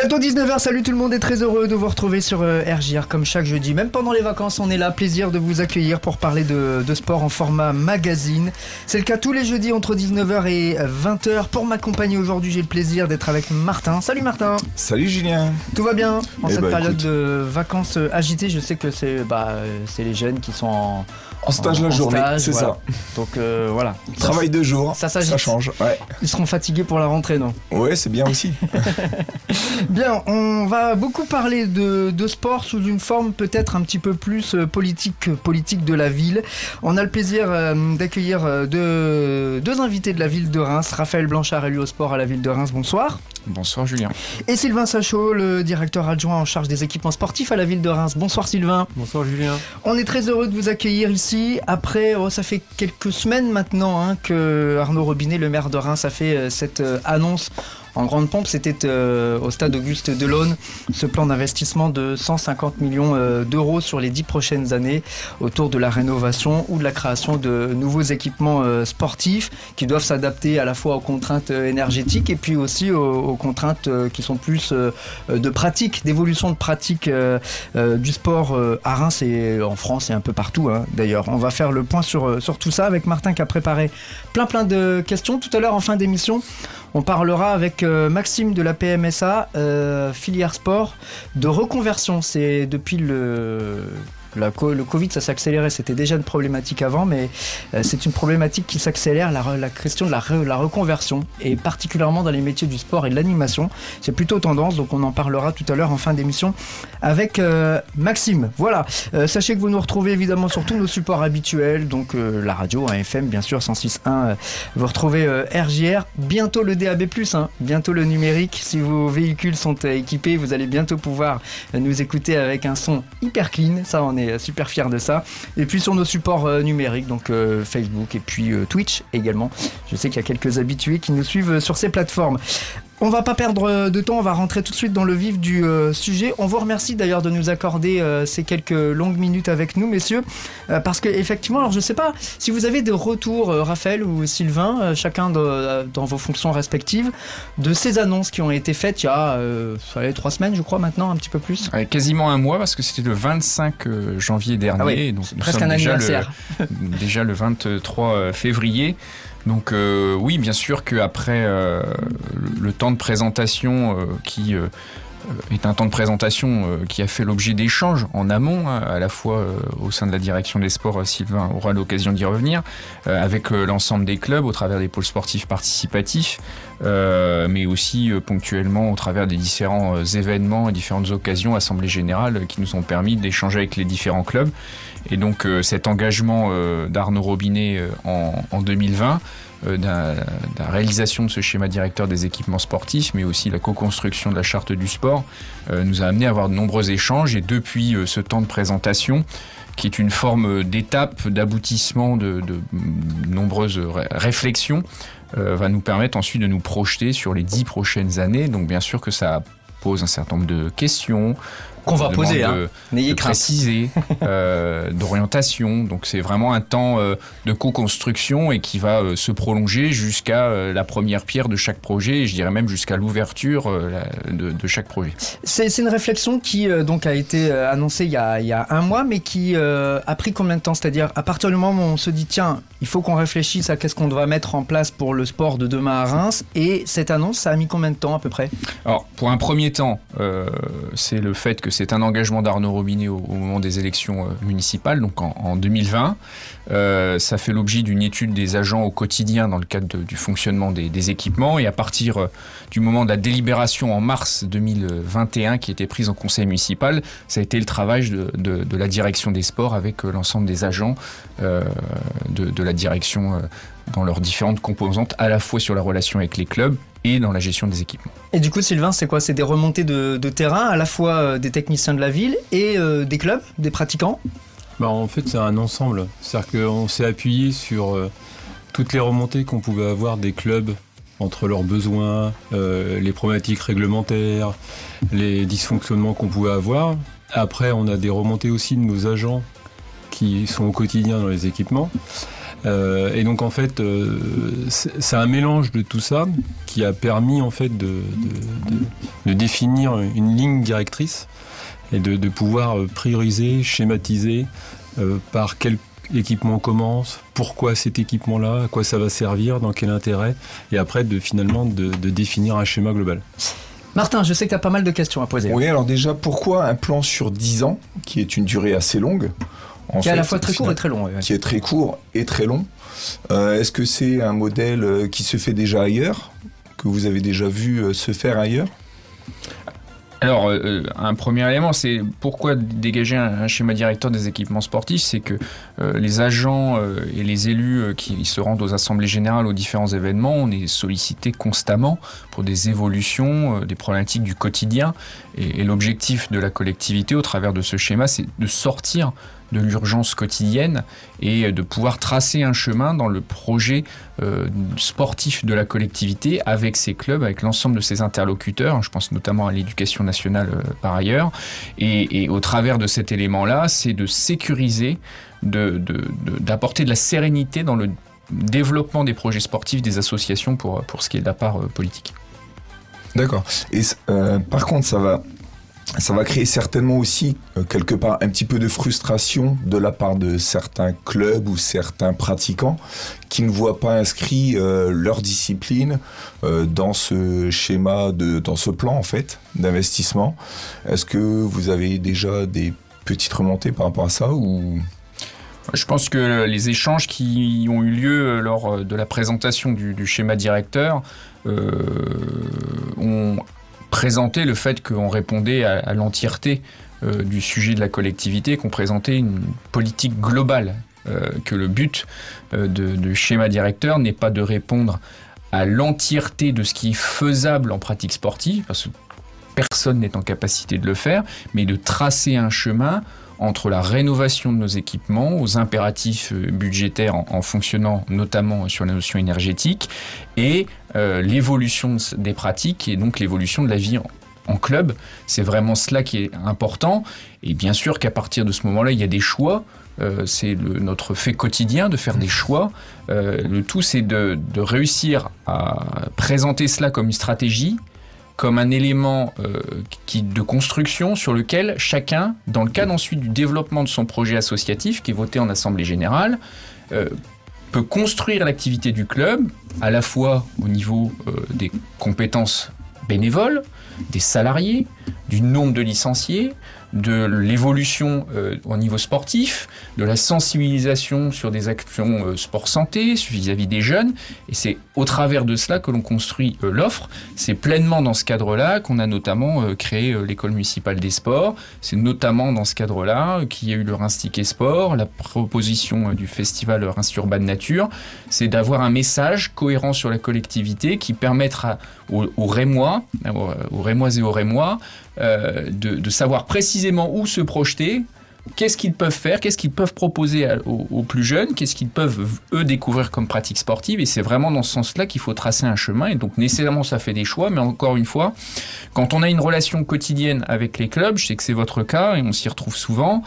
Bientôt 19h, salut tout le monde et très heureux de vous retrouver sur RJR comme chaque jeudi. Même pendant les vacances, on est là, plaisir de vous accueillir pour parler de sport en format magazine. C'est le cas tous les jeudis entre 19h et 20h. Pour m'accompagner aujourd'hui, j'ai le plaisir d'être avec Martin. Salut Martin. Salut Julien. Tout va bien en cette période écoute, de vacances agitées? Je sais que c'est les jeunes qui sont en stage la journée, stage, c'est voilà. ça. Donc voilà. Travail de jour, ça change. Ouais. Ils seront fatigués pour la rentrée, non? Ouais, c'est bien aussi. Bien, on va beaucoup parler de sport sous une forme peut-être un petit peu plus politique de la ville. On a le plaisir d'accueillir deux invités de la ville de Reims. Raphaël Blanchard, élu au sport à la ville de Reims, bonsoir. Bonsoir Julien. Et Sylvain Sachot, le directeur adjoint en charge des équipements sportifs à la ville de Reims. Bonsoir Sylvain. Bonsoir Julien. On est très heureux de vous accueillir ici. Après, ça fait quelques semaines maintenant que Arnaud Robinet, le maire de Reims, a fait cette annonce en grande pompe. C'était au stade Auguste Delaune, ce plan d'investissement de 150 millions d'euros sur les 10 prochaines années autour de la rénovation ou de la création de nouveaux équipements sportifs qui doivent s'adapter à la fois aux contraintes énergétiques et puis aussi aux contraintes qui sont plus de pratique, d'évolution de pratique du sport à Reims et en France et un peu partout d'ailleurs. On va faire le point sur tout ça avec Martin qui a préparé plein de questions. Tout à l'heure en fin d'émission, on parlera avec Maxime de la PMSA, filière sport, de reconversion. C'est depuis le Covid, ça s'est accéléré. C'était déjà une problématique avant, mais c'est une problématique qui s'accélère, la question de la reconversion, et particulièrement dans les métiers du sport et de l'animation. C'est plutôt tendance, donc on en parlera tout à l'heure en fin d'émission avec Maxime. Voilà, sachez que vous nous retrouvez évidemment sur tous nos supports habituels, donc la radio, FM, bien sûr, 106.1. Vous retrouvez RJR, bientôt le DAB+, bientôt le numérique. Si vos véhicules sont équipés, vous allez bientôt pouvoir nous écouter avec un son hyper clean. Ça, on est super fiers de ça. Et puis sur nos supports numériques, donc Facebook et puis Twitch également. Je sais qu'il y a quelques habitués qui nous suivent sur ces plateformes. On va pas perdre de temps, on va rentrer tout de suite dans le vif du sujet. On vous remercie d'ailleurs de nous accorder ces quelques longues minutes avec nous, messieurs, parce que effectivement, alors je sais pas si vous avez des retours, Raphaël ou Sylvain, chacun dans vos fonctions respectives, de ces annonces qui ont été faites il y a 3 semaines, je crois maintenant, un petit peu plus. Quasiment un mois, parce que c'était le 25 janvier dernier. Ah oui, donc presque un anniversaire. Déjà le 23 février. Donc oui, bien sûr qu'après le temps de présentation qui est un temps de présentation qui a fait l'objet d'échanges en amont, à la fois au sein de la direction des sports, Sylvain aura l'occasion d'y revenir, avec l'ensemble des clubs au travers des pôles sportifs participatifs, mais aussi ponctuellement au travers des différents événements et différentes occasions, assemblées générales, qui nous ont permis d'échanger avec les différents clubs. Et donc cet engagement d'Arnaud Robinet en 2020, la réalisation de ce schéma directeur des équipements sportifs, mais aussi la co-construction de la charte du sport, nous a amené à avoir de nombreux échanges. Et depuis ce temps de présentation, qui est une forme d'étape, d'aboutissement de nombreuses réflexions, va nous permettre ensuite de nous projeter sur les 10 prochaines années. Donc bien sûr que ça pose un certain nombre de questions, qu'on va poser, n'ayez de préciser, d'orientation. Donc c'est vraiment un temps de co-construction et qui va se prolonger jusqu'à la première pierre de chaque projet, et je dirais même jusqu'à l'ouverture de chaque projet. C'est une réflexion qui donc a été annoncée il y a un mois, mais qui a pris combien de temps? C'est-à-dire à partir du moment où on se dit tiens, il faut qu'on réfléchisse à qu'est-ce qu'on doit mettre en place pour le sport de demain à Reims, et cette annonce, ça a mis combien de temps à peu près? Alors pour un premier temps, c'est le fait que c'est un engagement d'Arnaud Robinet au moment des élections municipales, donc en 2020. Ça fait l'objet d'une étude des agents au quotidien dans le cadre du fonctionnement des équipements, et à partir du moment de la délibération en mars 2021 qui était prise en conseil municipal, ça a été le travail de la direction des sports avec l'ensemble des agents de la direction dans leurs différentes composantes, à la fois sur la relation avec les clubs et dans la gestion des équipements. Et du coup, Sylvain, c'est quoi? C'est des remontées de terrain, à la fois des techniciens de la ville et des clubs, des pratiquants? En fait, c'est un ensemble. C'est-à-dire qu'on s'est appuyé sur toutes les remontées qu'on pouvait avoir des clubs entre leurs besoins, les problématiques réglementaires, les dysfonctionnements qu'on pouvait avoir. Après, on a des remontées aussi de nos agents qui sont au quotidien dans les équipements. Et donc en fait, c'est un mélange de tout ça qui a permis en fait de définir une ligne directrice et de pouvoir prioriser, schématiser par quel équipement on commence, pourquoi cet équipement-là, à quoi ça va servir, dans quel intérêt, et après finalement de définir un schéma global. Martin, je sais que tu as pas mal de questions à poser. Oui, alors déjà, pourquoi un plan sur 10 ans, qui est une durée assez longue, qui est à la fois très court et très long. Qui est très court et très long. Est-ce que c'est un modèle qui se fait déjà ailleurs, que vous avez déjà vu se faire ailleurs ? Alors, un premier élément, c'est pourquoi dégager un schéma directeur des équipements sportifs, c'est que les agents et les élus qui se rendent aux assemblées générales, aux différents événements, on est sollicités constamment pour des évolutions, des problématiques du quotidien. Et l'objectif de la collectivité, au travers de ce schéma, c'est de sortir de l'urgence quotidienne et de pouvoir tracer un chemin dans le projet sportif de la collectivité avec ses clubs, avec l'ensemble de ses interlocuteurs. Je pense notamment à l'éducation nationale par ailleurs. Et au travers de cet élément-là, c'est de sécuriser, d'apporter de la sérénité dans le développement des projets sportifs des associations pour ce qui est de la part politique. D'accord. Et par contre, ça va créer certainement aussi, quelque part, un petit peu de frustration de la part de certains clubs ou certains pratiquants qui ne voient pas inscrit leur discipline dans ce schéma, dans ce plan, en fait, d'investissement. Est-ce que vous avez déjà des petites remontées par rapport à ça ou... Je pense que les échanges qui ont eu lieu lors de la présentation du schéma directeur ont présenté le fait qu'on répondait à l'entièreté du sujet de la collectivité, qu'on présentait une politique globale, que le but du schéma directeur n'est pas de répondre à l'entièreté de ce qui est faisable en pratique sportive, parce que personne n'est en capacité de le faire, mais de tracer un chemin entre la rénovation de nos équipements, aux impératifs budgétaires en fonctionnant notamment sur la notion énergétique, et l'évolution des pratiques et donc l'évolution de la vie en club. C'est vraiment cela qui est important. Et bien sûr qu'à partir de ce moment-là, il y a des choix. C'est notre fait quotidien de faire des choix. Le tout, c'est de réussir à présenter cela comme une stratégie, comme un élément de construction sur lequel chacun, dans le cadre ensuite du développement de son projet associatif, qui est voté en assemblée générale, peut construire l'activité du club, à la fois au niveau des compétences bénévoles, des salariés, du nombre de licenciés, de l'évolution au niveau sportif, de la sensibilisation sur des actions sport-santé vis-à-vis des jeunes. Et c'est au travers de cela que l'on construit l'offre. C'est pleinement dans ce cadre-là qu'on a notamment créé l'école municipale des sports. C'est notamment dans ce cadre-là qu'il y a eu le Reims Ticket Sport, la proposition du festival Reims Urban Nature. C'est d'avoir un message cohérent sur la collectivité qui permettra aux Rémois et aux Rémois de savoir précisément où se projeter, qu'est-ce qu'ils peuvent faire, qu'est-ce qu'ils peuvent proposer aux plus jeunes, qu'est-ce qu'ils peuvent, eux, découvrir comme pratique sportive. Et c'est vraiment dans ce sens-là qu'il faut tracer un chemin. Et donc, nécessairement, ça fait des choix. Mais encore une fois, quand on a une relation quotidienne avec les clubs, je sais que c'est votre cas et on s'y retrouve souvent,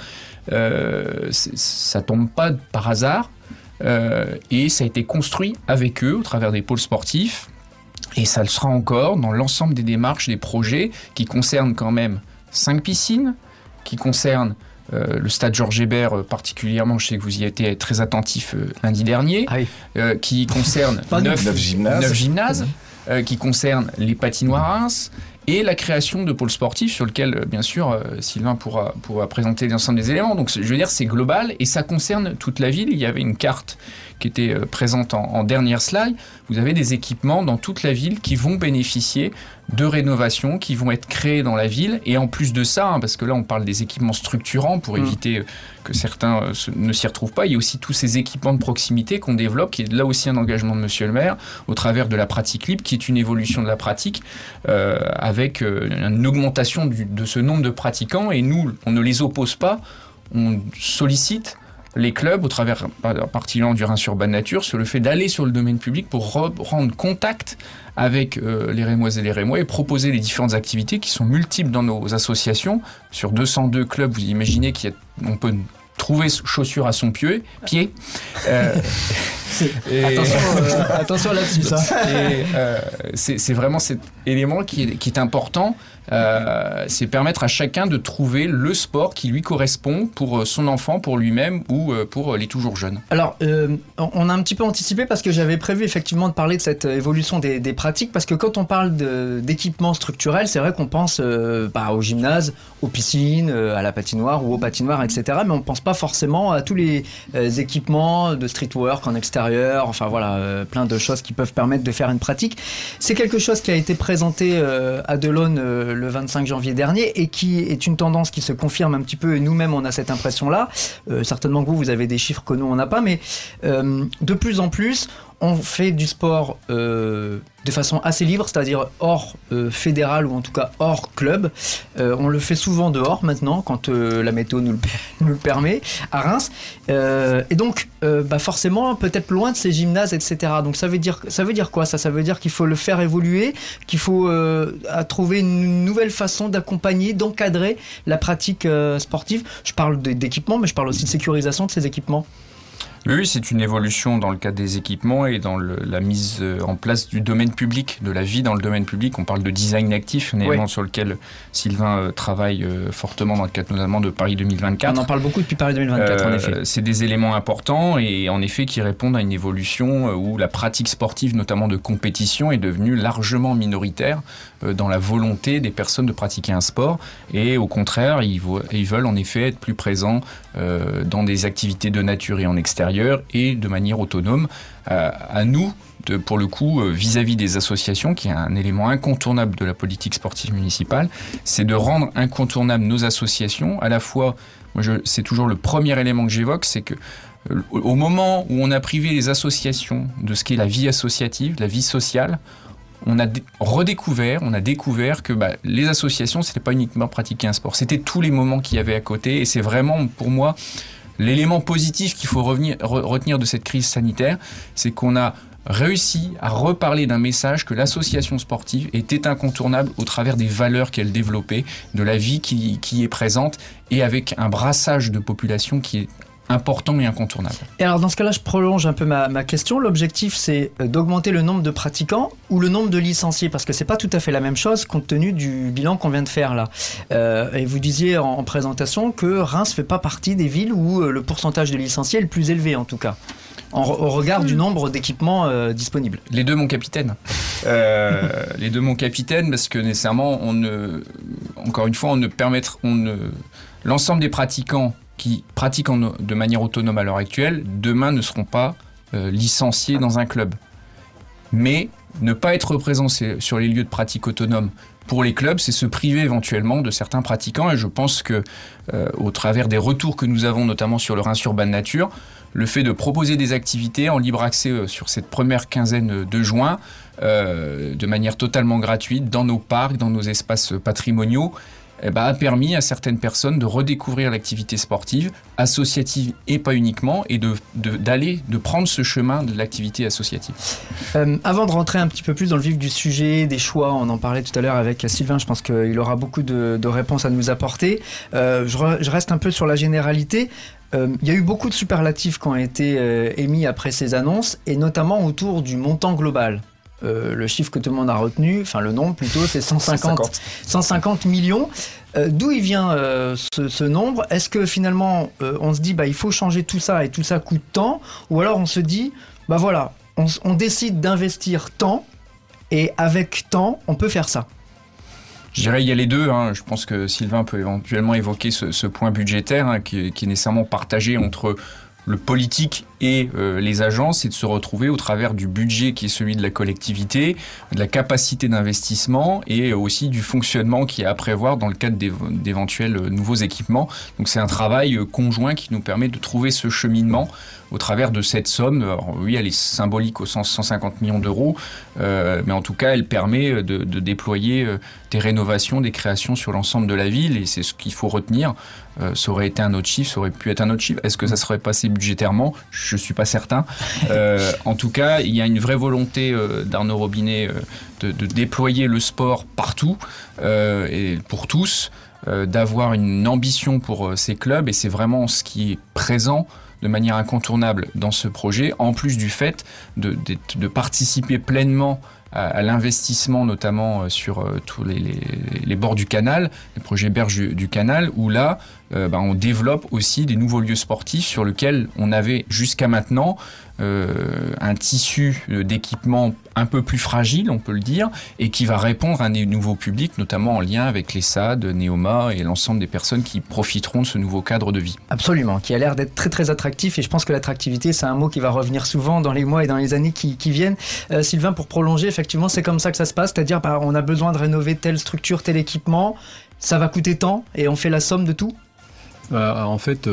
ça tombe pas par hasard. Et ça a été construit avec eux au travers des pôles sportifs. Et ça le sera encore dans l'ensemble des démarches, des projets qui concernent quand même 5 piscines, qui concernent le stade Georges Hébert particulièrement, je sais que vous y avez été très attentif lundi dernier, qui concerne 9 gymnases, qui concerne les patinoires Reims, et la création de pôles sportifs sur lequel, bien sûr, Sylvain pourra présenter l'ensemble des éléments. Donc, je veux dire, c'est global et ça concerne toute la ville. Il y avait une carte qui était présente en dernière slide. Vous avez des équipements dans toute la ville qui vont bénéficier de rénovations, qui vont être créés dans la ville. Et en plus de ça, parce que là, on parle des équipements structurants pour éviter que certains ne s'y retrouvent pas. Il y a aussi tous ces équipements de proximité qu'on développe, qui est là aussi un engagement de Monsieur le maire, au travers de la pratique libre, qui est une évolution de la pratique, avec une augmentation de ce nombre de pratiquants. Et nous, on ne les oppose pas, on sollicite les clubs, au travers particulièrement du Reims Urban Nature, sur le fait d'aller sur le domaine public pour rendre contact avec les Rémoises et les Rémois et proposer les différentes activités qui sont multiples dans nos associations. Sur 202 clubs, vous imaginez qu'on peut trouver chaussures à son pied. Attention là-dessus, ça. C'est vraiment cet élément qui est important. C'est permettre à chacun de trouver le sport qui lui correspond pour son enfant, pour lui-même ou pour les toujours jeunes. Alors, on a un petit peu anticipé parce que j'avais prévu effectivement de parler de cette évolution des pratiques, parce que quand on parle d'équipements structurels, c'est vrai qu'on pense au gymnase, aux piscines, à la patinoire ou aux patinoires, etc. Mais on ne pense pas forcément à tous les équipements de street work en extérieur, enfin voilà, plein de choses qui peuvent permettre de faire une pratique. C'est quelque chose qui a été présenté à Delaune le 25 janvier dernier et qui est une tendance qui se confirme un petit peu, et nous-mêmes on a cette impression-là. Certainement que vous avez des chiffres que nous on n'a pas, mais de plus en plus on fait du sport de façon assez libre, c'est-à-dire hors fédéral ou en tout cas hors club. On le fait souvent dehors maintenant quand la météo nous le permet, à Reims. Et donc forcément peut-être loin de ces gymnases, etc. Donc ça veut dire quoi ça? Ça veut dire qu'il faut le faire évoluer, qu'il faut trouver une nouvelle façon d'accompagner, d'encadrer la pratique sportive. Je parle d'équipements, mais je parle aussi de sécurisation de ces équipements. Oui, c'est une évolution dans le cadre des équipements et dans la mise en place du domaine public, de la vie dans le domaine public. On parle de design actif, un élément sur lequel Sylvain travaille fortement dans le cadre notamment de Paris 2024. On en parle beaucoup depuis Paris 2024, en effet. C'est des éléments importants et en effet qui répondent à une évolution où la pratique sportive, notamment de compétition, est devenue largement minoritaire dans la volonté des personnes de pratiquer un sport. Et au contraire, ils veulent en effet être plus présents dans des activités de nature et en extérieur et de manière autonome. À nous, pour le coup, vis-à-vis des associations, qui est un élément incontournable de la politique sportive municipale, c'est de rendre incontournables nos associations. À la fois, c'est toujours le premier élément que j'évoque, c'est que au moment où on a privé les associations de ce qu'est la vie associative, la vie sociale, on a découvert que les associations, c'était pas uniquement pratiquer un sport, c'était tous les moments qu'il y avait à côté, et c'est vraiment pour moi l'élément positif qu'il faut retenir de cette crise sanitaire, c'est qu'on a réussi à reparler d'un message que l'association sportive était incontournable au travers des valeurs qu'elle développait, de la vie qui est présente, et avec un brassage de population qui est important et incontournable. Et alors dans ce cas-là, je prolonge un peu ma question. L'objectif, c'est d'augmenter le nombre de pratiquants ou le nombre de licenciés, parce que c'est pas tout à fait la même chose compte tenu du bilan qu'on vient de faire là. Et vous disiez en présentation que Reims fait pas partie des villes où le pourcentage de licenciés est le plus élevé, en tout cas, au regard du nombre d'équipements disponibles. Les deux, mon capitaine. Les deux, mon capitaine, parce que nécessairement, l'ensemble des pratiquants qui pratiquent de manière autonome à l'heure actuelle, demain ne seront pas licenciés dans un club. Mais ne pas être présent sur les lieux de pratique autonome pour les clubs, c'est se priver éventuellement de certains pratiquants. Et je pense que, au travers des retours que nous avons, notamment sur le Reims Urban Nature, le fait de proposer des activités en libre accès sur cette première quinzaine de juin, de manière totalement gratuite, dans nos parcs, dans nos espaces patrimoniaux, a permis à certaines personnes de redécouvrir l'activité sportive, associative et pas uniquement, et de prendre ce chemin de l'activité associative. Avant de rentrer un petit peu plus dans le vif du sujet, des choix, on en parlait tout à l'heure avec Sylvain, je pense qu'il aura beaucoup de réponses à nous apporter. Je reste un peu sur la généralité. Il y a eu beaucoup de superlatifs qui ont été émis après ces annonces, et notamment autour du montant global. Le chiffre que tout le monde a retenu, enfin le nombre plutôt, c'est 150 millions. D'où il vient ce nombre? Est-ce que finalement on se dit il faut changer tout ça et tout ça coûte tant, ou alors on se dit on décide d'investir tant et avec tant on peut faire ça? Je dirais il y a les deux. Je pense que Sylvain peut éventuellement évoquer ce point budgétaire qui est nécessairement partagé entre le politique et les agences, c'est de se retrouver au travers du budget qui est celui de la collectivité, de la capacité d'investissement et aussi du fonctionnement qui est à prévoir dans le cadre d'éventuels nouveaux équipements. Donc c'est un travail conjoint qui nous permet de trouver ce cheminement au travers de cette somme. Alors, oui, elle est symbolique au sens 150 millions d'euros, mais en tout cas, elle permet de déployer des rénovations, des créations sur l'ensemble de la ville, et c'est ce qu'il faut retenir. Ça aurait été un autre chiffre, ça aurait pu être un autre chiffre. Est-ce que ça serait passé budgétairement ? Je je suis pas certain. En tout cas, il y a une vraie volonté d'Arnaud Robinet de déployer le sport partout et pour tous, d'avoir une ambition pour ces clubs, et c'est vraiment ce qui est présent de manière incontournable dans ce projet, en plus du fait de participer pleinement à l'investissement, notamment sur tous les bords du canal, les projets berges du canal, où là, on développe aussi des nouveaux lieux sportifs sur lesquels on avait jusqu'à maintenant un tissu d'équipement un peu plus fragile, on peut le dire, et qui va répondre à des nouveaux publics, notamment en lien avec les SAD, Neoma et l'ensemble des personnes qui profiteront de ce nouveau cadre de vie. Absolument, qui a l'air d'être très très attractif, et je pense que l'attractivité, c'est un mot qui va revenir souvent dans les mois et dans les années qui viennent. Sylvain, pour prolonger, effectivement, c'est comme ça que ça se passe, c'est-à-dire on a besoin de rénover telle structure, tel équipement, ça va coûter tant, et on fait la somme de tout ? En fait,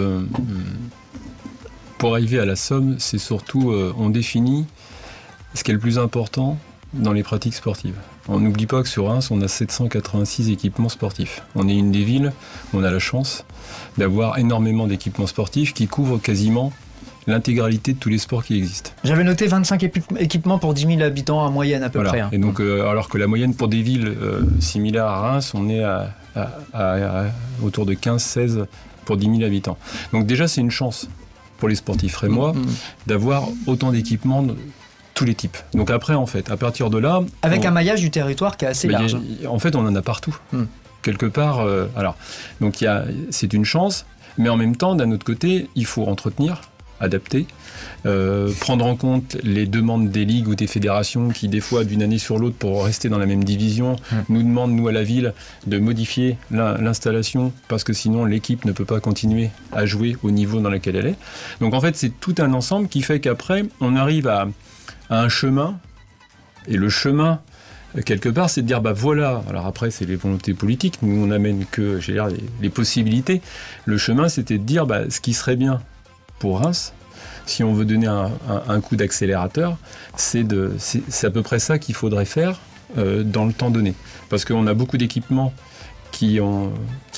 pour arriver à la somme, c'est surtout, on définit ce qui est le plus important dans les pratiques sportives. On n'oublie pas que sur Reims, on a 786 équipements sportifs. On est une des villes où on a la chance d'avoir énormément d'équipements sportifs qui couvrent quasiment l'intégralité de tous les sports qui existent. J'avais noté 25 équipements pour 10 000 habitants en moyenne à peu près. Et donc, alors que la moyenne pour des villes similaires à Reims, on est à autour de 15-16 pour 10 000 habitants. Donc déjà, c'est une chance pour les sportifs rémois d'avoir autant d'équipements de tous les types. Donc après, en fait, à partir de là... Avec un maillage du territoire qui est assez large. En fait, on en a partout. Quelque part, donc c'est une chance, mais en même temps, d'un autre côté, il faut entretenir, adapter, prendre en compte les demandes des ligues ou des fédérations qui, des fois, d'une année sur l'autre, pour rester dans la même division, nous demandent, nous, à la ville, de modifier l'installation parce que sinon, l'équipe ne peut pas continuer à jouer au niveau dans lequel elle est. Donc, en fait, c'est tout un ensemble qui fait qu'après, on arrive à un chemin, et le chemin, quelque part, c'est de dire, voilà, alors après, c'est les volontés politiques, nous, on n'amène que, les possibilités. Le chemin, c'était de dire, ce qui serait bien pour Reims, si on veut donner un coup d'accélérateur, c'est à peu près ça qu'il faudrait faire dans le temps donné. Parce qu'on a beaucoup d'équipements qui ont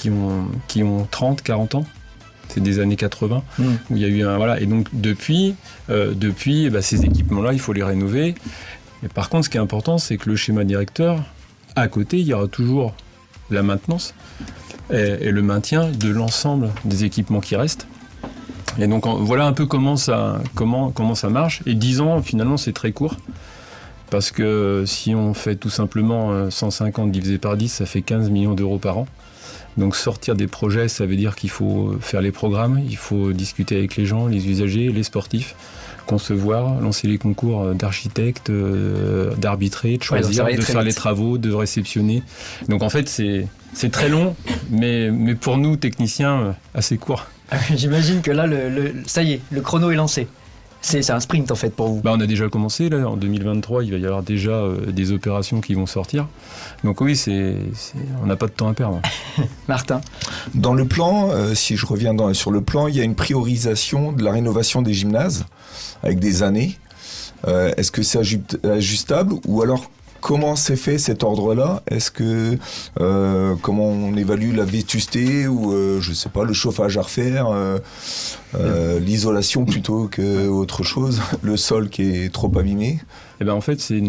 30, 40 ans. C'est des années 80, où il y a eu et donc depuis ces équipements-là, il faut les rénover. Mais par contre, ce qui est important, c'est que le schéma directeur, à côté, il y aura toujours la maintenance et le maintien de l'ensemble des équipements qui restent. Et donc voilà un peu comment ça marche. Et 10 ans, finalement, c'est très court. Parce que si on fait tout simplement 150 divisé par 10, ça fait 15 millions d'euros par an. Donc sortir des projets, ça veut dire qu'il faut faire les programmes, il faut discuter avec les gens, les usagers, les sportifs, concevoir, lancer les concours d'architectes, d'arbitrer, de choisir, de faire les travaux, de réceptionner. Donc en fait, c'est très long, mais pour nous, techniciens, assez court. J'imagine que là, ça y est, le chrono est lancé. C'est un sprint en fait pour vous. On a déjà commencé là, en 2023, il va y avoir déjà des opérations qui vont sortir. Donc oui, on n'a pas de temps à perdre. Martin. Dans le plan, si je reviens sur le plan, il y a une priorisation de la rénovation des gymnases avec des années. Est-ce que c'est ajustable ou alors comment s'est fait cet ordre-là ? Est-ce que comment on évalue la vétusté ou je sais pas, le chauffage à refaire, l'isolation plutôt que autre chose, le sol qui est trop abîmé ? En fait, c'est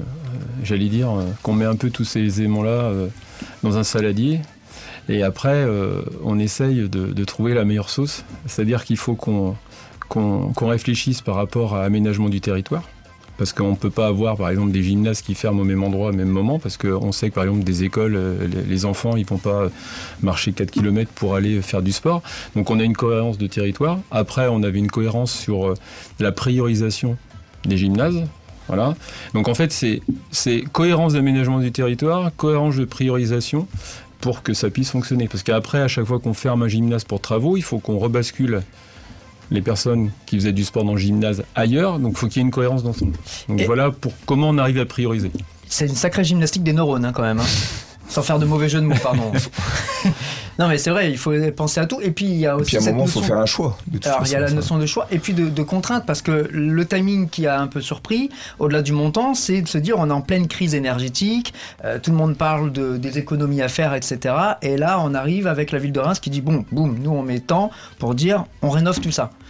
qu'on met un peu tous ces éléments-là dans un saladier. Et après, on essaye de trouver la meilleure sauce. C'est-à-dire qu'il faut qu'on réfléchisse par rapport à l'aménagement du territoire. Parce qu'on ne peut pas avoir, par exemple, des gymnases qui ferment au même endroit, au même moment, parce qu'on sait que, par exemple, des écoles, les enfants, ils ne vont pas marcher 4 km pour aller faire du sport. Donc, on a une cohérence de territoire. Après, on avait une cohérence sur la priorisation des gymnases. Voilà. Donc, en fait, c'est cohérence d'aménagement du territoire, cohérence de priorisation pour que ça puisse fonctionner. Parce qu'après, à chaque fois qu'on ferme un gymnase pour travaux, il faut qu'on rebascule les personnes qui faisaient du sport dans le gymnase ailleurs, donc il faut qu'il y ait une cohérence d'ensemble. Donc voilà pour comment on arrive à prioriser. C'est une sacrée gymnastique des neurones quand même. Sans faire de mauvais jeu de mots, pardon. Non mais c'est vrai, il faut penser à tout. Et puis il y a aussi à un moment, il faut faire un choix. Alors il y a la notion de choix et puis de contrainte, parce que le timing qui a un peu surpris, au-delà du montant, c'est de se dire on est en pleine crise énergétique, tout le monde parle des économies à faire, etc. Et là on arrive avec la ville de Reims qui dit boum, nous on met tant pour dire on rénove tout ça.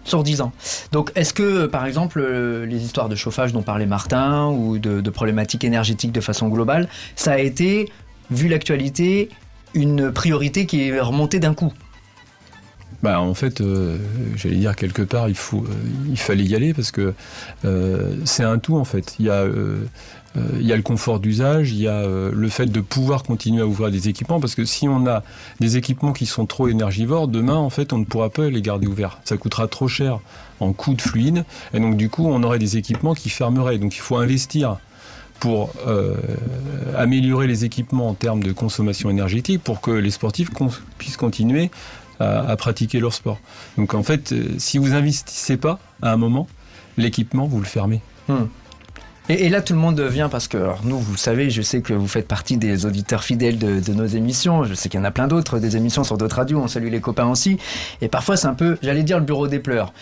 Sur 10 ans. Donc, est-ce que, par exemple, les histoires de chauffage dont parlait Martin ou de problématiques énergétiques de façon globale, ça a été, vu l'actualité, une priorité qui est remontée d'un coup? En fait, j'allais dire quelque part, il fallait y aller parce que c'est un tout en fait. Il y a le confort d'usage, il y a le fait de pouvoir continuer à ouvrir des équipements parce que si on a des équipements qui sont trop énergivores, demain en fait on ne pourra pas les garder ouverts. Ça coûtera trop cher en coût de fluide et donc du coup on aurait des équipements qui fermeraient. Donc il faut investir pour améliorer les équipements en termes de consommation énergétique pour que les sportifs puissent continuer à pratiquer leur sport. Donc en fait, si vous investissez pas à un moment, l'équipement, vous le fermez. Et là, tout le monde vient parce que, alors nous, vous savez, je sais que vous faites partie des auditeurs fidèles de nos émissions. Je sais qu'il y en a plein d'autres, des émissions sur d'autres radios. On salue les copains aussi. Et parfois, c'est un peu, j'allais dire, le bureau des pleurs.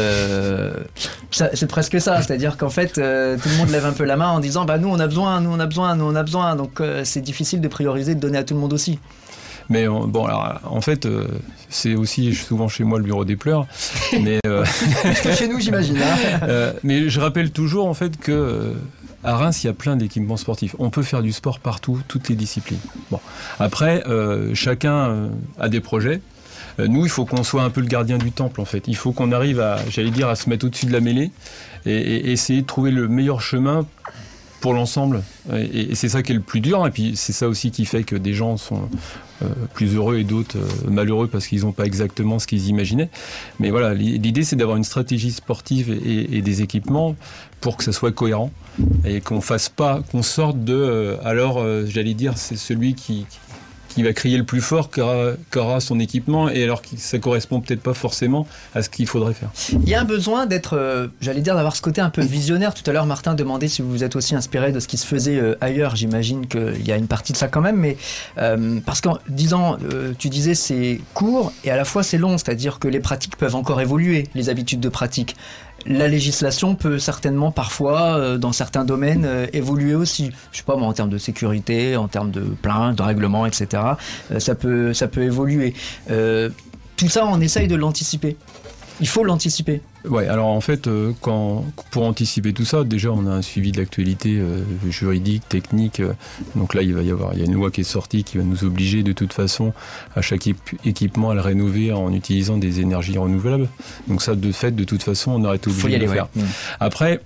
C'est presque ça. C'est-à-dire qu'en fait, tout le monde lève un peu la main en disant, nous, on a besoin, nous, on a besoin, nous, on a besoin. Donc, c'est difficile de prioriser, de donner à tout le monde aussi. Mais alors, en fait, c'est aussi souvent chez moi le bureau des pleurs. Mais chez nous, j'imagine. Mais je rappelle toujours en fait que à Reims, il y a plein d'équipements sportifs. On peut faire du sport partout, toutes les disciplines. Bon, après, chacun a des projets. Nous, il faut qu'on soit un peu le gardien du temple, en fait. Il faut qu'on arrive à se mettre au-dessus de la mêlée et essayer de trouver le meilleur chemin pour l'ensemble. Et c'est ça qui est le plus dur. Et puis, c'est ça aussi qui fait que des gens sont plus heureux et d'autres malheureux parce qu'ils n'ont pas exactement ce qu'ils imaginaient. Mais voilà, l'idée, c'est d'avoir une stratégie sportive et des équipements pour que ça soit cohérent et qu'on fasse pas, qu'on sorte de... j'allais dire, c'est celui qui va crier le plus fort qu'aura son équipement et alors que ça correspond peut-être pas forcément à ce qu'il faudrait faire. Il y a un besoin d'être, j'allais dire, d'avoir ce côté un peu visionnaire. Tout à l'heure, Martin demandait si vous vous êtes aussi inspiré de ce qui se faisait ailleurs. J'imagine qu'il y a une partie de ça quand même, mais parce qu'en disant, tu disais c'est court et à la fois c'est long, c'est-à-dire que les pratiques peuvent encore évoluer, les habitudes de pratique. La législation peut certainement parfois, dans certains domaines, évoluer aussi. Je sais pas moi, en termes de sécurité, en termes de plaintes, de règlements, etc. Ça peut évoluer. Tout ça, on essaye de l'anticiper. Il faut l'anticiper. Ouais, alors en fait, pour anticiper tout ça, déjà on a un suivi de l'actualité juridique, technique. Donc là, il y a une loi qui est sortie qui va nous obliger de toute façon à chaque équipement à le rénover en utilisant des énergies renouvelables. Donc ça, de fait, de toute façon, on aurait été obligé de le faire. Ouais. Après,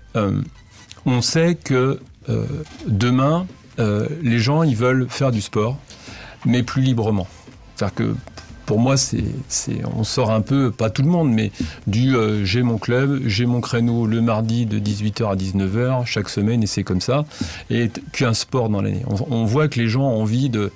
on sait que demain, les gens, ils veulent faire du sport, mais plus librement. C'est-à-dire que pour moi, on sort un peu, pas tout le monde, mais j'ai mon club, j'ai mon créneau le mardi de 18h à 19h chaque semaine et c'est comme ça, et qu'un sport dans l'année. On voit que les gens ont envie de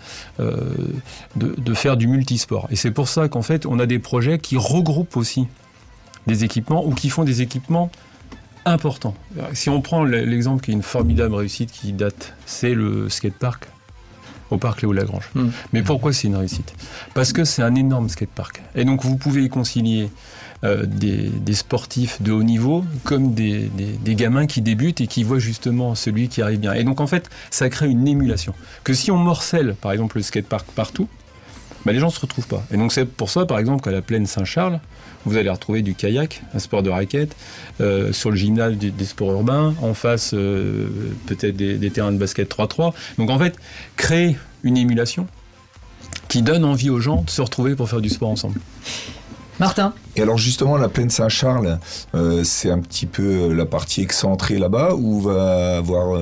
faire du multisport. Et c'est pour ça qu'en fait, on a des projets qui regroupent aussi des équipements ou qui font des équipements importants. Si on prend l'exemple qui est une formidable réussite qui date, c'est le skatepark au parc Léo-Lagrange. Mais pourquoi c'est une réussite ? Parce que c'est un énorme skatepark. Et donc vous pouvez y concilier des sportifs de haut niveau comme des gamins qui débutent et qui voient justement celui qui arrive bien. Et donc en fait, ça crée une émulation. Que si on morcelle, par exemple, le skatepark partout, les gens ne se retrouvent pas. Et donc c'est pour ça, par exemple, qu'à la plaine Saint-Charles, vous allez retrouver du kayak, un sport de raquette, sur le gymnase des sports urbains, en face peut-être des terrains de basket 3-3. Donc en fait, créer une émulation qui donne envie aux gens de se retrouver pour faire du sport ensemble. Martin ? Et alors justement, la plaine Saint-Charles, c'est un petit peu la partie excentrée là-bas où va avoir...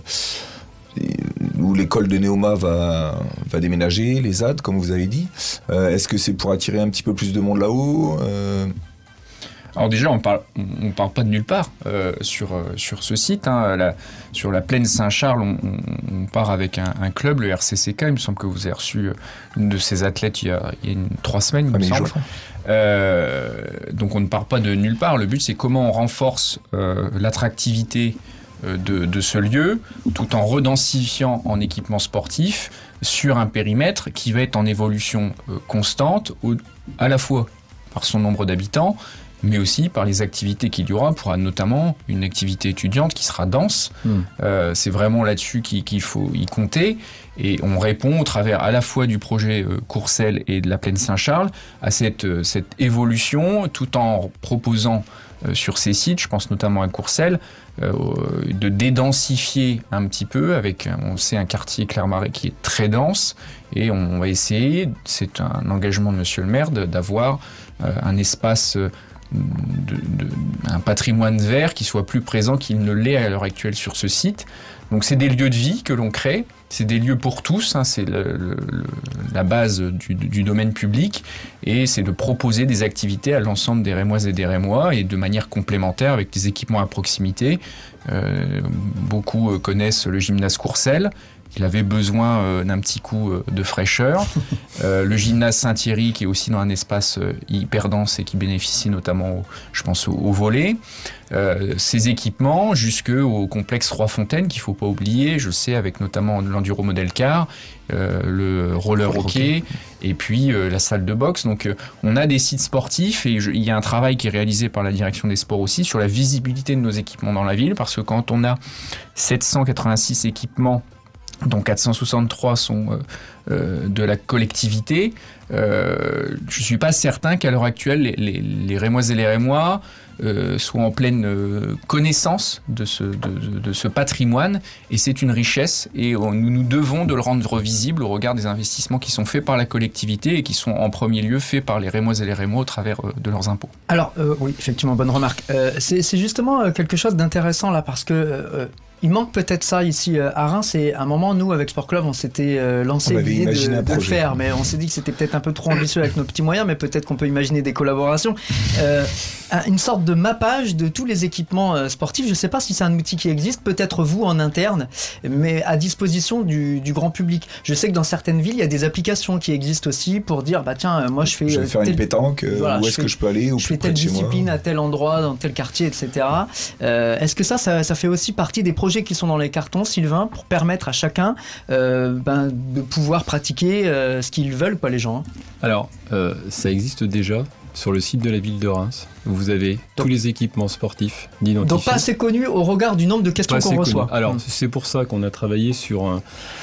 où l'école de Néoma va déménager, les ZAD, comme vous avez dit. Est-ce que c'est pour attirer un petit peu plus de monde là-haut Alors déjà, on parle pas de nulle part sur ce site. Sur la plaine Saint-Charles, on part avec un club, le RCCK. Il me semble que vous avez reçu une de ces athlètes il y a 3 semaines, il me semble. Donc on ne part pas de nulle part. Le but, c'est comment on renforce l'attractivité de ce lieu, tout en redensifiant en équipement sportif sur un périmètre qui va être en évolution constante, à la fois par son nombre d'habitants, mais aussi par les activités qu'il y aura, pour notamment une activité étudiante qui sera dense. C'est vraiment là-dessus qu'il faut y compter. Et on répond au travers à la fois du projet Courcelles et de la Plaine Saint-Charles à cette évolution, tout en proposant sur ces sites, je pense notamment à Courcelles, de dédensifier un petit peu avec, on sait, un quartier Clermarais qui est très dense, et on va essayer, c'est un engagement de Monsieur le maire, d'avoir un espace, un patrimoine vert qui soit plus présent qu'il ne l'est à l'heure actuelle sur ce site. Donc c'est des lieux de vie que l'on crée, c'est des lieux pour tous, c'est la base du domaine public, et c'est de proposer des activités à l'ensemble des Rémoises et des Rémois, et de manière complémentaire avec des équipements à proximité. Beaucoup connaissent le gymnase Courcelles. Il avait besoin d'un petit coup de fraîcheur. Le gymnase Saint-Thierry, qui est aussi dans un espace hyper dense et qui bénéficie notamment, je pense, au volley. Ces équipements jusqu'au complexe Roi-Fontaine, qu'il ne faut pas oublier, je sais, avec notamment l'enduro model car, le roller hockey, et puis la salle de boxe. Donc on a des sites sportifs, et il y a un travail qui est réalisé par la direction des sports aussi sur la visibilité de nos équipements dans la ville, parce que quand on a 786 équipements, dont 463 sont de la collectivité, je ne suis pas certain qu'à l'heure actuelle, les Rémoises et les Rémois soient en pleine connaissance de ce patrimoine, et c'est une richesse, et nous devons de le rendre visible au regard des investissements qui sont faits par la collectivité et qui sont en premier lieu faits par les Rémoises et les Rémois au travers de leurs impôts. Alors oui, effectivement, bonne remarque. C'est justement quelque chose d'intéressant là, parce que il manque peut-être ça ici à Reims. Et à un moment, nous, avec Sport Club, on s'était lancé l'idée de le faire, mais on s'est dit que c'était peut-être un peu trop ambitieux avec nos petits moyens, mais peut-être qu'on peut imaginer des collaborations. Une sorte de mappage de tous les équipements sportifs. Je ne sais pas si c'est un outil qui existe, peut-être vous en interne, mais à disposition du grand public. Je sais que dans certaines villes, il y a des applications qui existent aussi pour dire, bah tiens, moi je vais faire une pétanque, voilà, où est-ce que je peux aller, je fais telle discipline à tel endroit, dans tel quartier, etc. Est-ce que ça fait aussi partie des projets qui sont dans les cartons, Sylvain, pour permettre à chacun de pouvoir pratiquer ce qu'ils veulent, pas les gens, hein. Alors, ça existe déjà sur le site de la ville de Reims. Vous avez tous les équipements sportifs d'identifier. Donc pas assez connu au regard du nombre de questions qu'on reçoit. Alors c'est pour ça qu'on a travaillé sur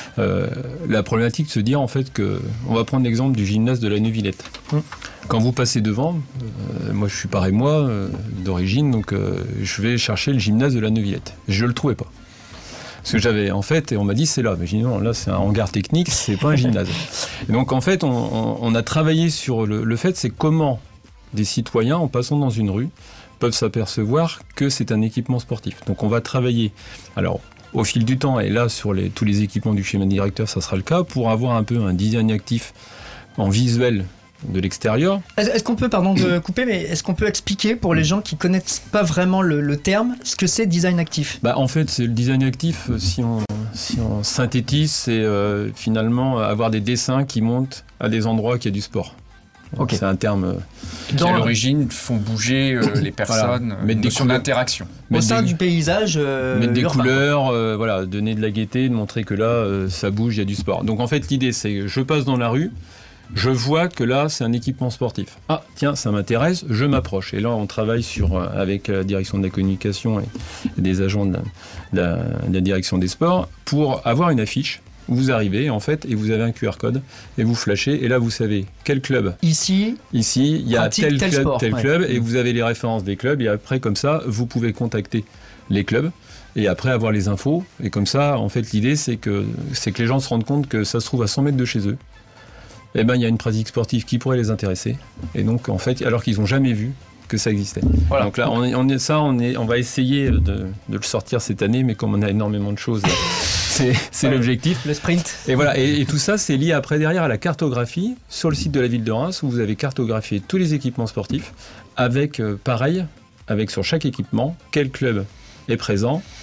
la problématique de se dire en fait que, on va prendre l'exemple du gymnase de la Neuvillette. Quand vous passez devant, moi je suis pas rémois d'origine, donc je vais chercher le gymnase de la Neuvillette. Je le trouvais pas. Ce que j'avais en fait, et on m'a dit c'est là, mais j'ai dit non, là c'est un hangar technique, c'est pas un gymnase. Et donc en fait on a travaillé sur le fait, c'est comment des citoyens, en passant dans une rue, peuvent s'apercevoir que c'est un équipement sportif. Donc on va travailler, alors au fil du temps, et là sur tous les équipements du schéma directeur, ça sera le cas, pour avoir un peu un design actif en visuel de l'extérieur. Est-ce qu'on peut, pardon de couper, mais est-ce qu'on peut expliquer pour les gens qui connaissent pas vraiment le terme, ce que c'est design actif ? En fait, c'est le design actif, si on synthétise, c'est finalement avoir des dessins qui montent à des endroits qui a du sport. Okay. C'est un terme qui à l'origine font bouger les personnes, voilà. Notion d'interaction. Au sein du paysage, mettre des couleurs, voilà, donner de la gaieté, de montrer que là, ça bouge, il y a du sport. Donc en fait, l'idée, c'est que je passe dans la rue, je vois que là, c'est un équipement sportif. Ah, tiens, ça m'intéresse, je m'approche. Et là, on travaille avec la direction de la communication et des agents de la direction des sports pour avoir une affiche. Vous arrivez, en fait, et vous avez un QR code, et vous flashez, et là, vous savez quel club. Ici, il y a tel club, sport, tel club, et vous avez les références des clubs, et après, comme ça, vous pouvez contacter les clubs, et après avoir les infos. Et comme ça, en fait, l'idée, c'est que les gens se rendent compte que ça se trouve à 100 mètres de chez eux. Eh ben, il y a une pratique sportive qui pourrait les intéresser. Et donc, en fait, alors qu'ils n'ont jamais vu que ça existait. Voilà. Donc là, on va essayer de le sortir cette année, mais comme on a énormément de choses, c'est l'objectif. Le sprint. Et voilà. Et tout ça, c'est lié après derrière à la cartographie sur le site de la ville de Reims, où vous avez cartographié tous les équipements sportifs avec, pareil, avec sur chaque équipement, quel club est présent,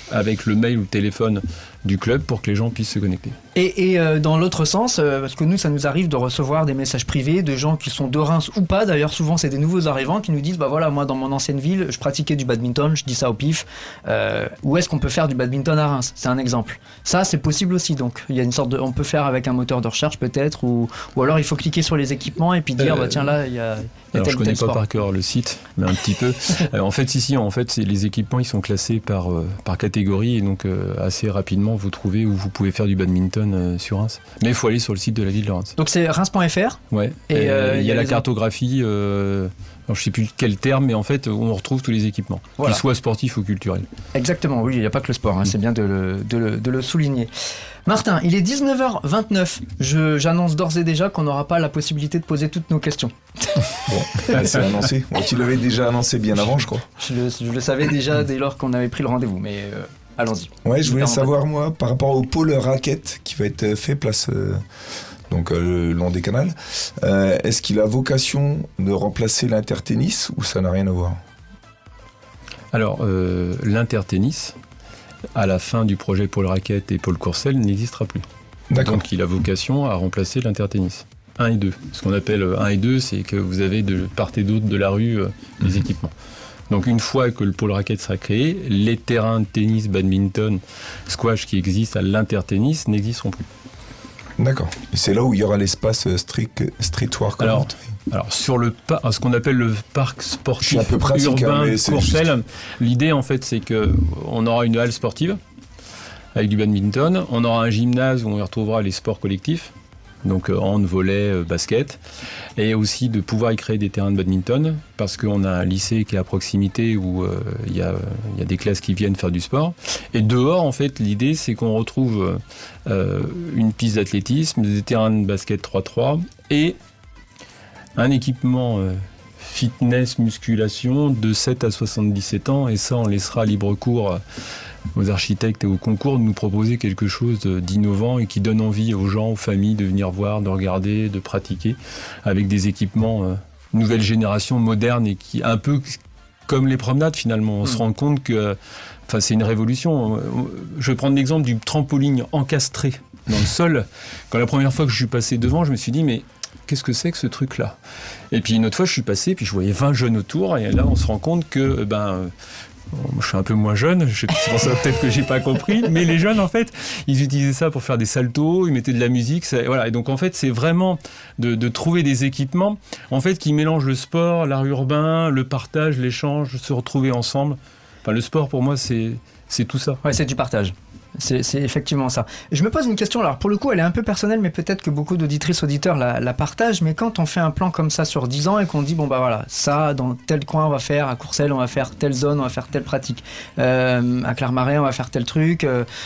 avec le mail ou le téléphone du club pour que les gens puissent se connecter. Et dans l'autre sens, parce que nous, ça nous arrive de recevoir des messages privés de gens qui sont de Reims ou pas. D'ailleurs, souvent, c'est des nouveaux arrivants qui nous disent, bah voilà, moi, dans mon ancienne ville, je pratiquais du badminton, je dis ça au pif. Où est-ce qu'on peut faire du badminton à Reims ? C'est un exemple. Ça, c'est possible aussi. Donc, il y a une sorte de, on peut faire avec un moteur de recherche peut-être, ou alors il faut cliquer sur les équipements et puis dire, bah tiens là, il y a alors, tel je connais pas sport. par cœur le site, mais un petit peu. En fait, c'est les équipements, ils sont classés par catégorie, et donc assez rapidement, vous trouvez où vous pouvez faire du badminton sur Reims. Mais il faut aller sur le site de la ville de Reims. Donc c'est reims.fr. Ouais. Et il y a la cartographie. Alors, je sais plus quel terme, mais en fait, on retrouve tous les équipements, Voilà. qu'ils soient sportifs ou culturels. Exactement, oui, il n'y a pas que le sport, hein, c'est bien de le souligner. Martin, il est 19h29. J'annonce d'ores et déjà qu'on n'aura pas la possibilité de poser toutes nos questions. Bon, c'est annoncé. Bon, tu l'avais déjà annoncé bien avant, je crois. Je le savais déjà dès lors qu'on avait pris le rendez-vous, mais allons-y. Ouais, je voulais Hyper savoir, moi, par rapport au pôle raquette qui va être fait place donc le long des canals, est-ce qu'il a vocation de remplacer l'intertennis ou ça n'a rien à voir ? Alors, l'intertennis, à la fin du projet pôle raquette et pôle courcelle, n'existera plus. D'accord. Donc, il a vocation à remplacer l'intertennis. 1 et 2. Ce qu'on appelle 1 et 2, c'est que vous avez de part et d'autre de la rue les équipements. Donc une fois que le pôle raquette sera créé, les terrains de tennis, badminton, squash qui existent à l'intertennis n'existeront plus. D'accord. Et c'est là où il y aura l'espace street workout. Alors sur ce qu'on appelle le parc sportif urbain Courcelles, l'idée en fait c'est que on aura une halle sportive avec du badminton, on aura un gymnase où on y retrouvera les sports collectifs. Donc hand, volley, basket, et aussi de pouvoir y créer des terrains de badminton, parce qu'on a un lycée qui est à proximité où il y a des classes qui viennent faire du sport. Et dehors, en fait, l'idée, c'est qu'on retrouve une piste d'athlétisme, des terrains de basket 3-3, et un équipement fitness, musculation de 7 à 77 ans, et ça, on laissera libre cours aux architectes et aux concours de nous proposer quelque chose d'innovant et qui donne envie aux gens, aux familles de venir voir, de regarder, de pratiquer avec des équipements nouvelle génération, modernes et qui un peu comme les promenades finalement. On se rend compte que c'est une révolution. Je vais prendre l'exemple du trampoline encastré dans le sol. Quand la première fois que je suis passé devant, je me suis dit mais qu'est-ce que c'est que ce truc-là ? Et puis une autre fois, je suis passé, puis je voyais 20 jeunes autour, et là, on se rend compte que je suis un peu moins jeune, c'est pour ça peut-être que j'ai pas compris, mais les jeunes en fait, ils utilisaient ça pour faire des saltos, ils mettaient de la musique, voilà. Et donc en fait, c'est vraiment de trouver des équipements en fait qui mélangent le sport, l'art urbain, le partage, l'échange, se retrouver ensemble. Enfin, le sport pour moi, c'est tout ça. Ouais, c'est du partage. C'est effectivement ça. Je me pose une question, alors pour le coup elle est un peu personnelle, mais peut-être que beaucoup d'auditrices, auditeurs la partagent, mais quand on fait un plan comme ça sur 10 ans et qu'on dit bon bah voilà, ça dans tel coin on va faire, à Courcelles on va faire telle zone, on va faire telle pratique, à Clermarais on va faire tel truc,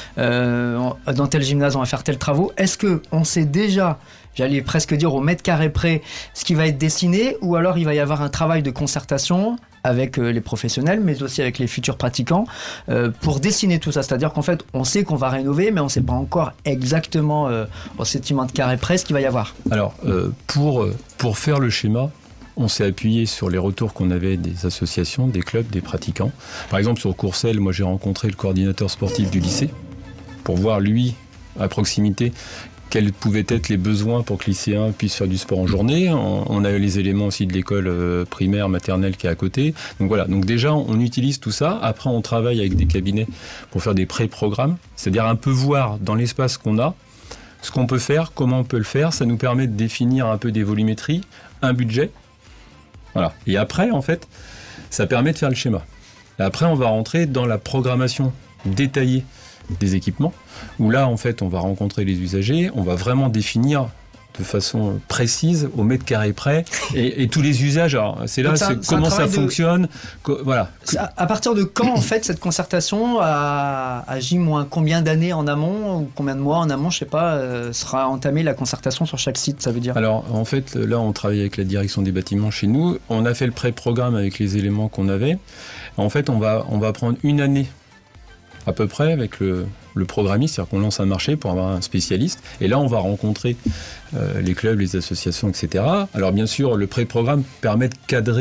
dans tel gymnase on va faire tel travaux, est-ce qu'on sait déjà, j'allais presque dire au mètre carré près, ce qui va être dessiné, ou alors il va y avoir un travail de concertation avec les professionnels, mais aussi avec les futurs pratiquants, pour dessiner tout ça. C'est-à-dire qu'en fait, on sait qu'on va rénover, mais on ne sait pas encore exactement au centimètre carré près ce qu'il va y avoir. Alors, pour faire le schéma, on s'est appuyé sur les retours qu'on avait des associations, des clubs, des pratiquants. Par exemple, sur Courcelles, moi j'ai rencontré le coordinateur sportif du lycée, pour voir lui, à proximité, quels pouvaient être les besoins pour que les lycéens puissent faire du sport en journée. On a les éléments aussi de l'école primaire, maternelle qui est à côté. Donc voilà, donc déjà on utilise tout ça. Après on travaille avec des cabinets pour faire des pré-programmes, c'est-à-dire un peu voir dans l'espace qu'on a, ce qu'on peut faire, comment on peut le faire. Ça nous permet de définir un peu des volumétries, un budget. Voilà. Et après en fait, ça permet de faire le schéma. Et après on va rentrer dans la programmation détaillée des équipements, où là en fait on va rencontrer les usagers, on va vraiment définir de façon précise, au mètre carré près, et tous les usages. Alors c'est là, c'est comment ça fonctionne, voilà. À partir de quand en fait cette concertation à J- combien d'années en amont, ou combien de mois en amont, je sais pas, sera entamée la concertation sur chaque site, ça veut dire ? Alors en fait là on travaille avec la direction des bâtiments chez nous, on a fait le pré-programme avec les éléments qu'on avait. En fait on va prendre une année à peu près avec le programmiste, c'est-à-dire qu'on lance un marché pour avoir un spécialiste, et là on va rencontrer les clubs, les associations, etc. Alors bien sûr, le pré-programme permet de cadrer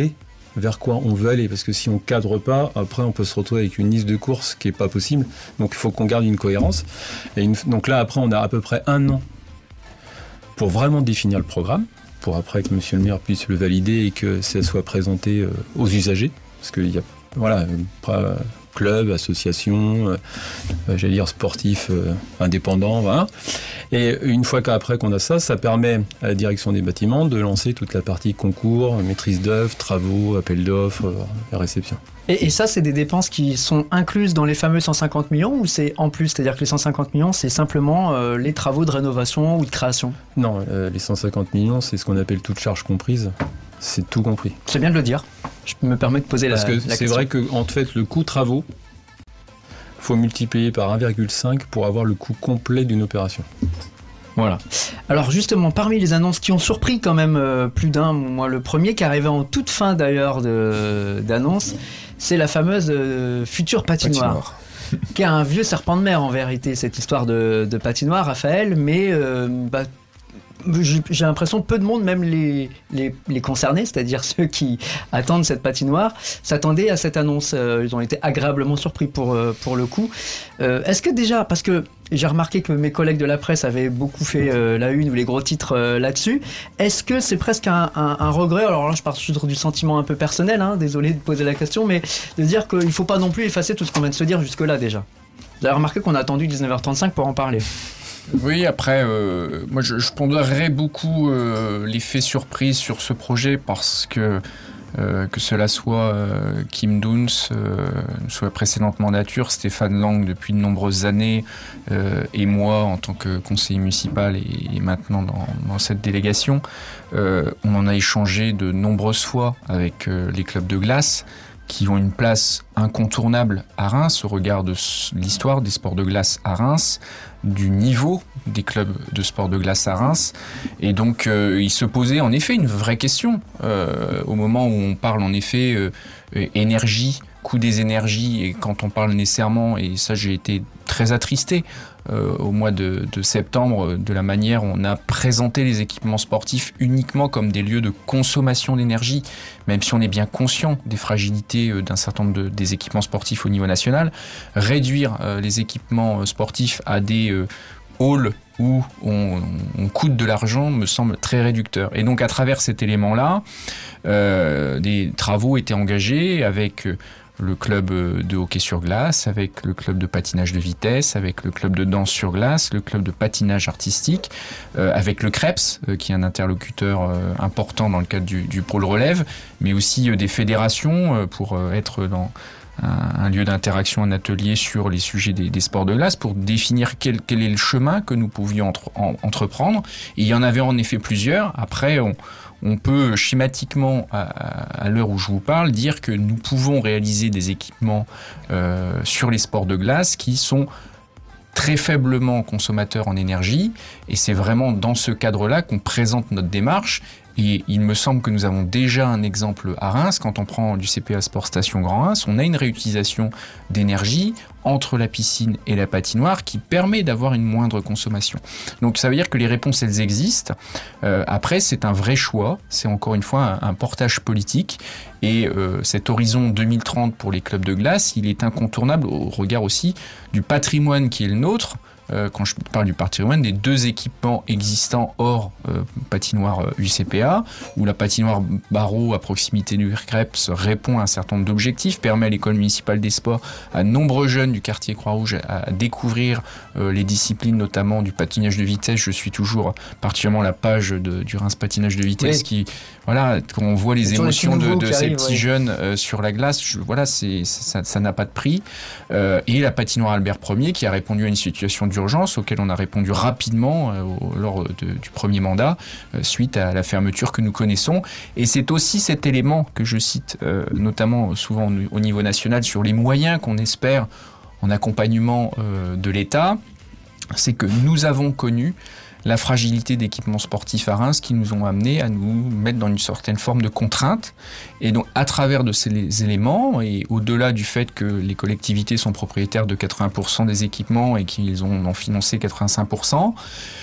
vers quoi on veut aller. Parce que si on cadre pas, après on peut se retrouver avec une liste de courses qui est pas possible. Donc il faut qu'on garde une cohérence. Donc là, après, on a à peu près 1 an pour vraiment définir le programme, pour après que monsieur le maire puisse le valider et que ça soit présenté aux usagers. Parce qu'il y a, voilà, club, association, j'allais dire sportif, indépendant, voilà. Et une fois qu'après qu'on a ça, ça permet à la direction des bâtiments de lancer toute la partie concours, maîtrise d'œuvre, travaux, appel d'offres, réception. Et ça, c'est des dépenses qui sont incluses dans les fameux 150 millions ou c'est en plus? C'est-à-dire que les 150 millions, c'est simplement les travaux de rénovation ou de création? Non, les 150 millions, c'est ce qu'on appelle toute charge comprise. C'est tout compris. C'est bien de le dire. Je me permets de poser la question. Parce que c'est vrai que en fait, le coût travaux, faut multiplier par 1,5 pour avoir le coût complet d'une opération. Voilà. Alors justement, parmi les annonces qui ont surpris quand même plus d'un, moi le premier qui arrivait en toute fin d'ailleurs d'annonce, c'est la fameuse future patinoire. Qui est un vieux serpent de mer en vérité, cette histoire de patinoire, Raphaël, mais j'ai l'impression peu de monde, même les concernés, c'est-à-dire ceux qui attendent cette patinoire, s'attendaient à cette annonce. Ils ont été agréablement surpris pour le coup. Est-ce que déjà, parce que j'ai remarqué que mes collègues de la presse avaient beaucoup fait la une ou les gros titres là-dessus, est-ce que c'est presque un regret? Alors là, je pars sur du sentiment un peu personnel, hein, désolé de poser la question, mais de dire qu'il ne faut pas non plus effacer tout ce qu'on vient de se dire jusque-là déjà. Vous avez remarqué qu'on a attendu 19h35 pour en parler. Oui, après, moi je pondérerais beaucoup l'effet surprise sur ce projet parce que cela soit Kim Duns, soit précédentement Nature, Stéphane Lang depuis de nombreuses années, et moi en tant que conseiller municipal et maintenant dans cette délégation, on en a échangé de nombreuses fois avec les clubs de glace qui ont une place incontournable à Reims au regard de l'histoire des sports de glace à Reims, du niveau des clubs de sport de glace à Reims. Et donc, il se posait en effet une vraie question au moment où on parle en effet énergie, coût des énergies, et quand on parle nécessairement, et ça j'ai été très attristé au mois de septembre de la manière où on a présenté les équipements sportifs uniquement comme des lieux de consommation d'énergie, même si on est bien conscient des fragilités d'un certain nombre des équipements sportifs au niveau national. Réduire les équipements sportifs à des halls où on coûte de l'argent me semble très réducteur. Et donc à travers cet élément-là, des travaux étaient engagés avec le club de hockey sur glace, avec le club de patinage de vitesse, avec le club de danse sur glace, le club de patinage artistique, avec le CREPS, qui est un interlocuteur important dans le cadre du pôle relève, mais aussi des fédérations pour être dans un lieu d'interaction, un atelier sur les sujets des sports de glace pour définir quel est le chemin que nous pouvions entreprendre. Et il y en avait en effet plusieurs. Après, on peut schématiquement, à l'heure où je vous parle, dire que nous pouvons réaliser des équipements sur les sports de glace qui sont très faiblement consommateurs en énergie. Et c'est vraiment dans ce cadre-là qu'on présente notre démarche. Et il me semble que nous avons déjà un exemple à Reims. Quand on prend du CPA Sport Station Grand Reims, on a une réutilisation d'énergie entre la piscine et la patinoire qui permet d'avoir une moindre consommation. Donc ça veut dire que les réponses, elles existent. Après, c'est un vrai choix. C'est encore une fois un portage politique. Et cet horizon 2030 pour les clubs de glace, il est incontournable au regard aussi du patrimoine qui est le nôtre. Quand je parle du patrimoine, des 2 équipements existants hors patinoire UCPA, où la patinoire Barreau à proximité du CREPS répond à un certain nombre d'objectifs, permet à l'école municipale des sports, à de nombreux jeunes du quartier Croix-Rouge à découvrir les disciplines, notamment du patinage de vitesse. Je suis toujours particulièrement la page du Reims patinage de vitesse, oui. Qui, voilà, quand on voit les émotions de ces petits jeunes sur la glace, voilà, ça n'a pas de prix. Et la patinoire Albert Ier qui a répondu à une situation d'urgence auquel on a répondu rapidement lors du premier mandat suite à la fermeture que nous connaissons. Et c'est aussi cet élément que je cite notamment souvent au niveau national sur les moyens qu'on espère en accompagnement de l'État, c'est que nous avons connu la fragilité d'équipements sportifs à Reims qui nous ont amenés à nous mettre dans une certaine forme de contrainte. Et donc, à travers de ces éléments, et au-delà du fait que les collectivités sont propriétaires de 80% des équipements et qu'ils ont financé 85%,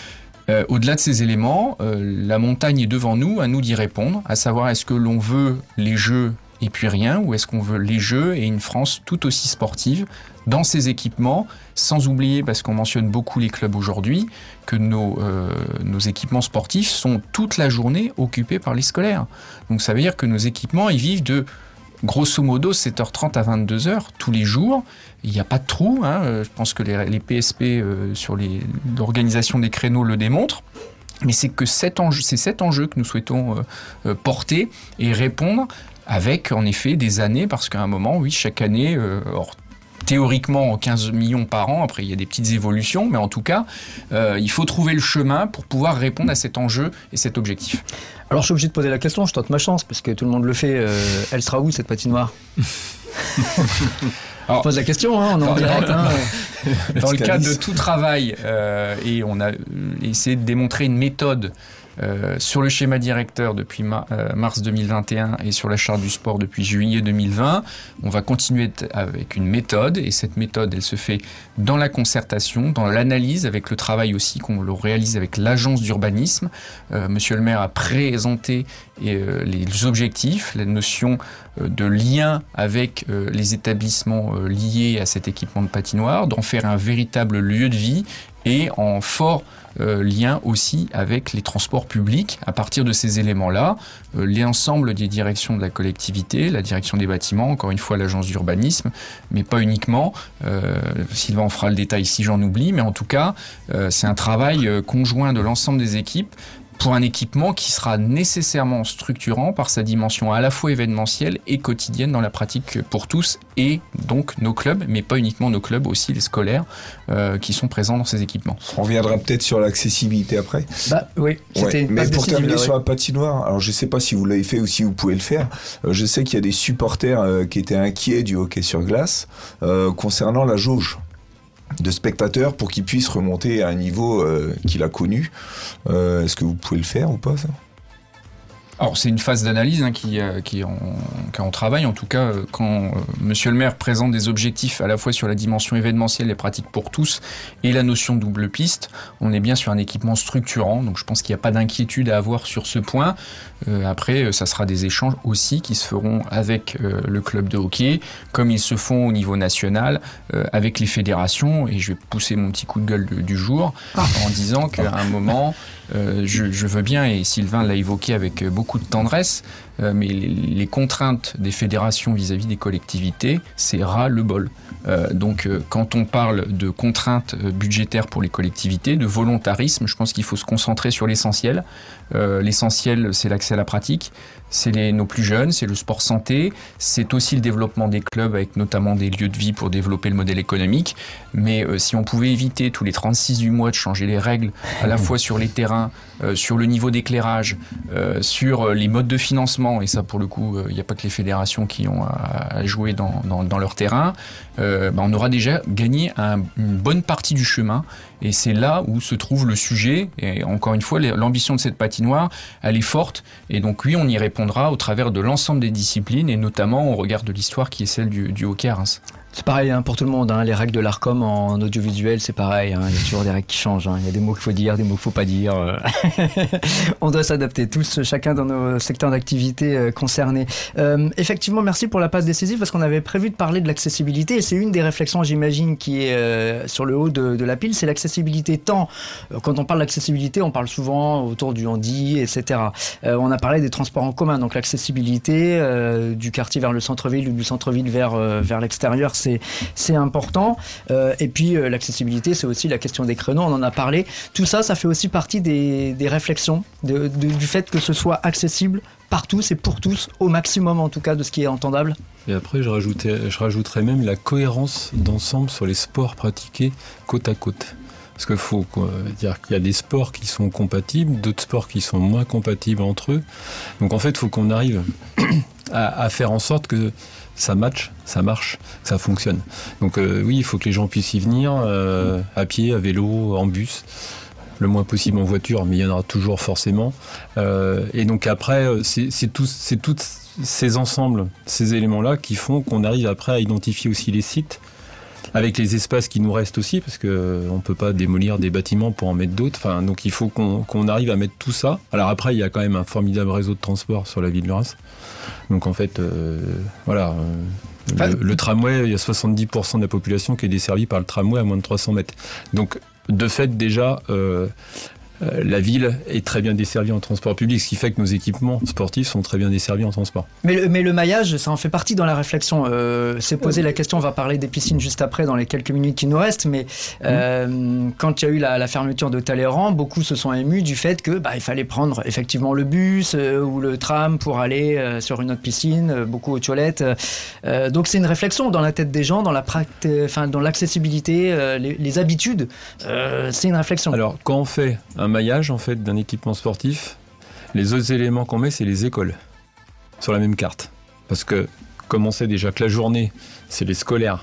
au-delà de ces éléments, la montagne est devant nous, à nous d'y répondre, à savoir est-ce que l'on veut les Jeux et puis rien, ou est-ce qu'on veut les Jeux et une France tout aussi sportive dans ses équipements, sans oublier, parce qu'on mentionne beaucoup les clubs aujourd'hui, que nos équipements sportifs sont toute la journée occupés par les scolaires. Donc ça veut dire que nos équipements, ils vivent de grosso modo 7h30 à 22h tous les jours. Il n'y a pas de trou, hein. Je pense que les PSP sur l'organisation des créneaux le démontrent. Mais c'est cet enjeu que nous souhaitons porter et répondre avec en effet des années, parce qu'à un moment, oui, chaque année, théoriquement 15 millions par an, après il y a des petites évolutions, mais en tout cas, il faut trouver le chemin pour pouvoir répondre à cet enjeu et cet objectif. Alors je suis obligé de poser la question, je tente ma chance, parce que tout le monde le fait. Elle sera où cette patinoire? Alors, je pose la question, hein, on est en direct. Dans le cadre de tout travail, et on a essayé de démontrer une méthode sur le schéma directeur depuis mars 2021 et sur la charte du sport depuis juillet 2020, on va continuer avec une méthode, et cette méthode, elle se fait dans la concertation, dans l'analyse, avec le travail aussi qu'on le réalise avec l'agence d'urbanisme. Monsieur le maire a présenté les objectifs, la notion de lien avec les établissements liés à cet équipement de patinoire, d'en faire un véritable lieu de vie et en fort lien aussi avec les transports publics. À partir de ces éléments-là, l'ensemble des directions de la collectivité, la direction des bâtiments, encore une fois l'agence d'urbanisme, mais pas uniquement. Sylvain en fera le détail si j'en oublie, mais en tout cas, c'est un travail conjoint de l'ensemble des équipes pour un équipement qui sera nécessairement structurant par sa dimension à la fois événementielle et quotidienne dans la pratique pour tous, et donc nos clubs, mais pas uniquement nos clubs, aussi les scolaires qui sont présents dans ces équipements. On reviendra peut-être sur l'accessibilité après. Oui, c'était une mais pour terminer là, sur la patinoire, alors je ne sais pas si vous l'avez fait ou si vous pouvez le faire, je sais qu'il y a des supporters qui étaient inquiets du hockey sur glace concernant la jauge de spectateurs pour qu'ils puissent remonter à un niveau qu'il a connu. Est-ce que vous pouvez le faire ou pas, ça ? Alors c'est une phase d'analyse qui est en travail. En tout cas, quand Monsieur le maire présente des objectifs à la fois sur la dimension événementielle et pratique pour tous et la notion de double piste, on est bien sur un équipement structurant. Donc je pense qu'il n'y a pas d'inquiétude à avoir sur ce point. Après, ça sera des échanges aussi qui se feront avec le club de hockey, comme ils se font au niveau national, avec les fédérations. Et je vais pousser mon petit coup de gueule du jour en disant qu'à un moment, je veux bien, et Sylvain l'a évoqué avec beaucoup de tendresse, mais les contraintes des fédérations vis-à-vis des collectivités, c'est ras-le-bol. Donc quand on parle de contraintes budgétaires pour les collectivités, de volontarisme, je pense qu'il faut se concentrer sur l'essentiel. L'essentiel, c'est l'accès à la pratique, c'est nos plus jeunes, c'est le sport santé, c'est aussi le développement des clubs avec notamment des lieux de vie pour développer le modèle économique. Mais si on pouvait éviter tous les 36 du mois de changer les règles, à la fois sur les terrains, sur le niveau d'éclairage, sur les modes de financement, et ça pour le coup, il n'y a pas que les fédérations qui ont à jouer dans leur terrain, on aura déjà gagné une bonne partie du chemin. Et c'est là où se trouve le sujet. Et encore une fois, l'ambition de cette patinoire, elle est forte. Et donc oui, on y répondra au travers de l'ensemble des disciplines, et notamment au regard de l'histoire qui est celle du hockey à Reims. C'est pareil pour tout le monde, les règles de l'ARCOM en audiovisuel, c'est pareil, il y a toujours des règles qui changent, il y a des mots qu'il faut dire, des mots qu'il ne faut pas dire. On doit s'adapter tous, chacun dans nos secteurs d'activité concernés. Effectivement, merci pour la passe décisive, parce qu'on avait prévu de parler de l'accessibilité, et c'est une des réflexions, j'imagine, qui est sur le haut de la pile, c'est l'accessibilité. Tant, quand on parle d'accessibilité, on parle souvent autour du handi, etc. On a parlé des transports en commun, donc l'accessibilité du quartier vers le centre-ville ou du centre-ville vers l'extérieur, c'est important. Et puis l'accessibilité, c'est aussi la question des créneaux, on en a parlé. Tout ça, ça fait aussi partie des réflexions, du fait que ce soit accessible par tous et pour tous, au maximum en tout cas de ce qui est entendable. Et après, je rajouterais même la cohérence d'ensemble sur les sports pratiqués côte à côte. Parce qu'il faut dire qu'il y a des sports qui sont compatibles, d'autres sports qui sont moins compatibles entre eux. Donc en fait, il faut qu'on arrive à faire en sorte que ça matche, ça marche, que ça fonctionne. Donc oui, il faut que les gens puissent y venir à pied, à vélo, en bus, le moins possible en voiture, mais il y en aura toujours forcément. Et donc après, c'est tous ces ensembles, ces éléments-là qui font qu'on arrive après à identifier aussi les sites avec les espaces qui nous restent aussi, parce qu'on ne peut pas démolir des bâtiments pour en mettre d'autres. Enfin, donc il faut qu'on arrive à mettre tout ça. Alors après, il y a quand même un formidable réseau de transport sur la ville de Reims. Donc en fait, le tramway, il y a 70% de la population qui est desservie par le tramway à moins de 300 mètres. Donc de fait, déjà... la ville est très bien desservie en transport public, ce qui fait que nos équipements sportifs sont très bien desservis en transport. Mais le maillage, ça en fait partie dans la réflexion. C'est posé la question, on va parler des piscines juste après, dans les quelques minutes qui nous restent, mais quand il y a eu la fermeture de Talleyrand, beaucoup se sont émus du fait que il fallait prendre effectivement le bus ou le tram pour aller sur une autre piscine, beaucoup aux toilettes. Donc c'est une réflexion dans la tête des gens, dans dans l'accessibilité, les habitudes. C'est une réflexion. Alors quand on fait un maillage en fait d'un équipement sportif, les autres éléments qu'on met, c'est les écoles sur la même carte, parce que comme on sait déjà que la journée c'est les scolaires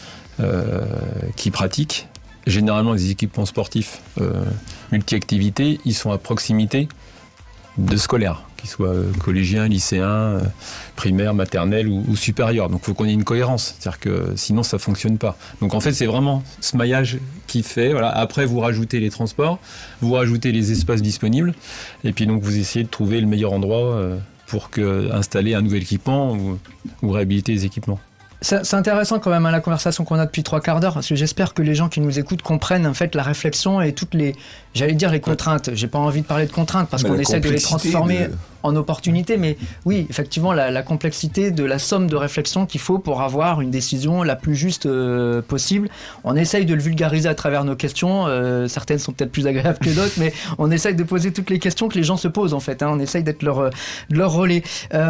qui pratiquent, généralement les équipements sportifs multi-activités, ils sont à proximité de scolaires, qu'ils soient collégiens, lycéens, primaires, maternelles ou supérieurs. Donc il faut qu'on ait une cohérence, c'est-à-dire que sinon ça ne fonctionne pas. Donc en fait c'est vraiment ce maillage qui fait, voilà. Après vous rajoutez les transports, vous rajoutez les espaces disponibles, et puis donc vous essayez de trouver le meilleur endroit pour installer un nouvel équipement ou réhabiliter les équipements. C'est intéressant quand même la conversation qu'on a depuis 3/4 d'heure, parce que j'espère que les gens qui nous écoutent comprennent en fait la réflexion et toutes les, j'allais dire les contraintes. J'ai pas envie de parler de contraintes parce qu'on essaie de les transformer en opportunités, mais oui, effectivement la complexité de la somme de réflexion qu'il faut pour avoir une décision la plus juste possible. On essaye de le vulgariser à travers nos questions. Certaines sont peut-être plus agréables que d'autres, mais on essaye de poser toutes les questions que les gens se posent en fait. On essaye d'être leur relais.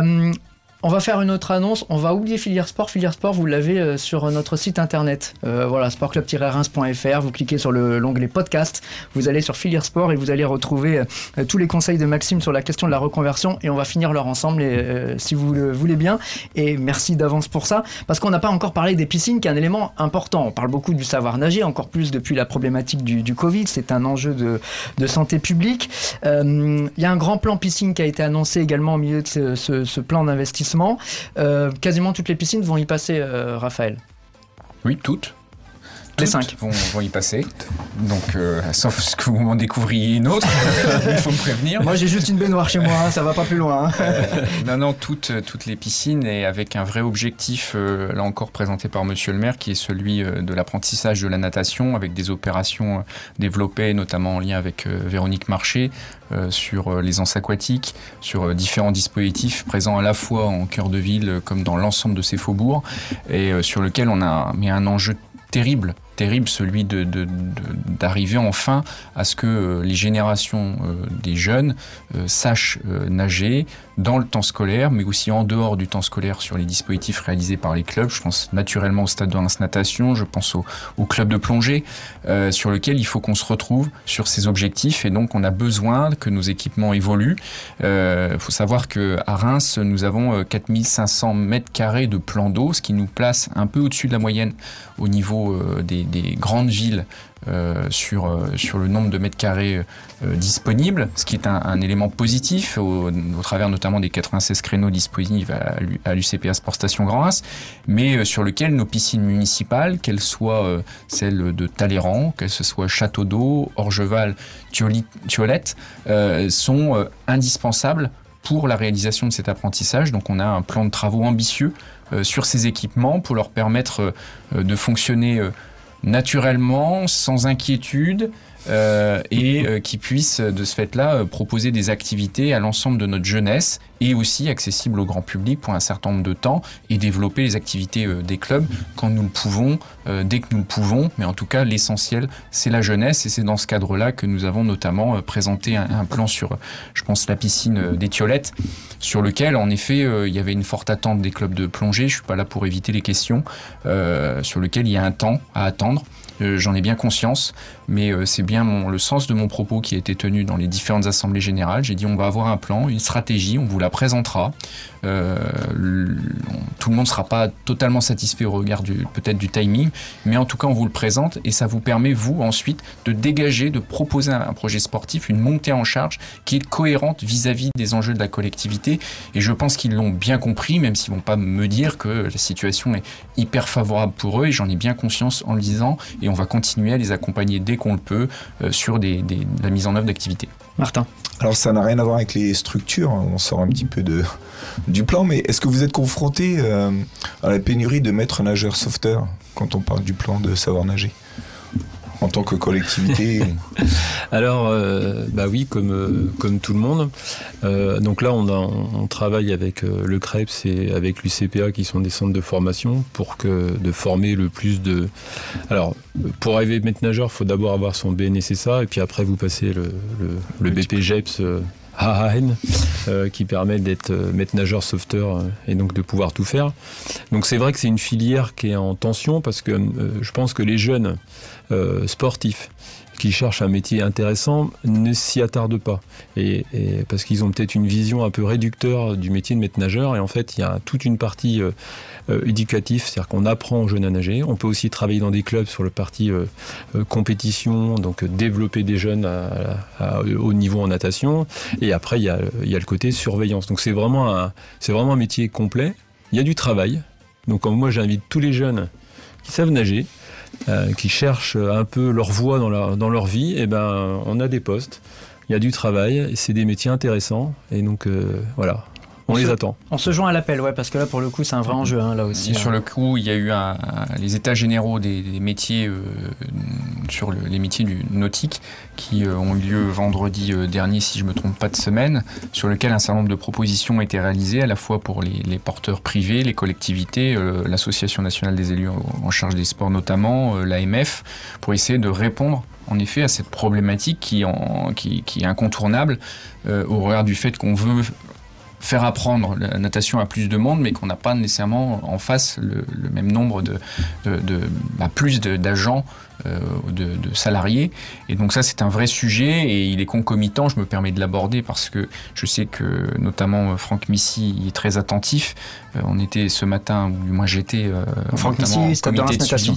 On va faire une autre annonce, on va oublier Filière Sport. Filière Sport, vous l'avez sur notre site internet. Voilà, sportclub-reims.fr, vous cliquez sur l'onglet podcast, vous allez sur Filière Sport et vous allez retrouver tous les conseils de Maxime sur la question de la reconversion, et on va finir l'heure ensemble si vous le voulez bien. Et merci d'avance pour ça, parce qu'on n'a pas encore parlé des piscines, qui est un élément important. On parle beaucoup du savoir nager, encore plus depuis la problématique du Covid, c'est un enjeu de santé publique. Il y a un grand plan piscine qui a été annoncé également au milieu de ce plan d'investissement. Quasiment toutes les piscines vont y passer, Raphaël. Oui, toutes. Les 5 vont y passer. Donc, sauf ce que vous m'en découvriez une autre, il faut me prévenir. Moi, j'ai juste une baignoire chez moi, ça va pas plus loin. Non, toutes les piscines, et avec un vrai objectif, là encore présenté par Monsieur le maire, qui est celui de l'apprentissage de la natation, avec des opérations développées, notamment en lien avec Véronique Marché, sur les anses aquatiques, sur différents dispositifs présents à la fois en cœur de ville comme dans l'ensemble de ces faubourgs, et sur lequel on a mis un enjeu terrible, celui d'arriver enfin à ce que les générations des jeunes sachent nager dans le temps scolaire, mais aussi en dehors du temps scolaire sur les dispositifs réalisés par les clubs. Je pense naturellement au Stade de Reims Natation, je pense au club de plongée, sur lequel il faut qu'on se retrouve sur ces objectifs, et donc on a besoin que nos équipements évoluent. Faut savoir qu'à Reims, nous avons 4500 mètres carrés de plan d'eau, ce qui nous place un peu au-dessus de la moyenne au niveau des grandes villes sur le nombre de mètres carrés disponibles, ce qui est un élément positif au travers notamment des 96 créneaux disponibles à l'UCPA Sport Station Grand Reims, mais sur lequel nos piscines municipales, qu'elles soient celles de Talleyrand, qu'elles soient Château d'Eau, Orgeval, Thiolette, sont indispensables pour la réalisation de cet apprentissage. Donc on a un plan de travaux ambitieux sur ces équipements pour leur permettre de fonctionner naturellement, sans inquiétude, et qui puissent de ce fait-là proposer des activités à l'ensemble de notre jeunesse, et aussi accessibles au grand public pour un certain nombre de temps, et développer les activités des clubs quand nous le pouvons, dès que nous le pouvons. Mais en tout cas, l'essentiel, c'est la jeunesse, et c'est dans ce cadre-là que nous avons notamment présenté un plan sur, je pense, la piscine des Thiolettes, sur lequel, en effet, il y avait une forte attente des clubs de plongée. Je suis pas là pour éviter les questions, sur lequel il y a un temps à attendre. J'en ai bien conscience, mais c'est bien le sens de mon propos qui a été tenu dans les différentes assemblées générales. J'ai dit on va avoir un plan, une stratégie, on vous la présentera. Tout le monde ne sera pas totalement satisfait au regard peut-être du timing, mais en tout cas on vous le présente et ça vous permet vous ensuite de dégager, de proposer un projet sportif, une montée en charge qui est cohérente vis-à-vis des enjeux de la collectivité. Et je pense qu'ils l'ont bien compris, même s'ils ne vont pas me dire que la situation est hyper favorable pour eux, et j'en ai bien conscience en le disant, et on va continuer à les accompagner dès qu'on le peut sur la mise en œuvre d'activités. Martin. Alors ça n'a rien à voir avec les structures, on sort un petit peu du plan, mais est-ce que vous êtes confronté à la pénurie de maîtres nageurs sauveteurs quand on parle du plan de savoir nager en tant que collectivité? Alors, oui, comme tout le monde. Donc là, on travaille avec le CREPS et avec l'UCPA, qui sont des centres de formation, de former le plus de... Alors, pour arriver maître nageur, il faut d'abord avoir son BNSSA, et puis après, vous passez le BPGEPS AAN, qui permet d'être maître nageur sauveteur et donc de pouvoir tout faire. Donc c'est vrai que c'est une filière qui est en tension, parce que je pense que les jeunes sportifs qui cherchent un métier intéressant ne s'y attardent pas, et parce qu'ils ont peut-être une vision un peu réducteur du métier de maître nageur, et en fait il y a toute une partie éducative, c'est-à-dire qu'on apprend aux jeunes à nager. On peut aussi travailler dans des clubs sur le parti compétition, donc développer des jeunes à haut niveau en natation, et après il y a le côté surveillance. Donc c'est vraiment un métier complet. Il y a du travail, donc moi j'invite tous les jeunes qui savent nager, qui cherchent un peu leur voie dans leur vie, et on a des postes, il y a du travail, et c'est des métiers intéressants, et donc voilà. On les attend. On se joint à l'appel, parce que là, pour le coup, c'est un vrai enjeu, là aussi. Et sur le coup, il y a eu les états généraux des métiers, sur les métiers du nautique, qui ont eu lieu vendredi dernier, si je ne me trompe pas de semaine, sur lequel un certain nombre de propositions ont été réalisées, à la fois pour les porteurs privés, les collectivités, l'Association nationale des élus en charge des sports notamment, l'AMF, pour essayer de répondre en effet à cette problématique qui est incontournable au regard du fait qu'on veut faire apprendre la natation à plus de monde, mais qu'on n'a pas nécessairement en face le même nombre plus d'agents, de salariés. Et donc ça, c'est un vrai sujet, et il est concomitant. Je me permets de l'aborder parce que je sais que notamment Franck Missy est très attentif. On était ce matin, ou du moins j'étais Franck Missy, comité de suivi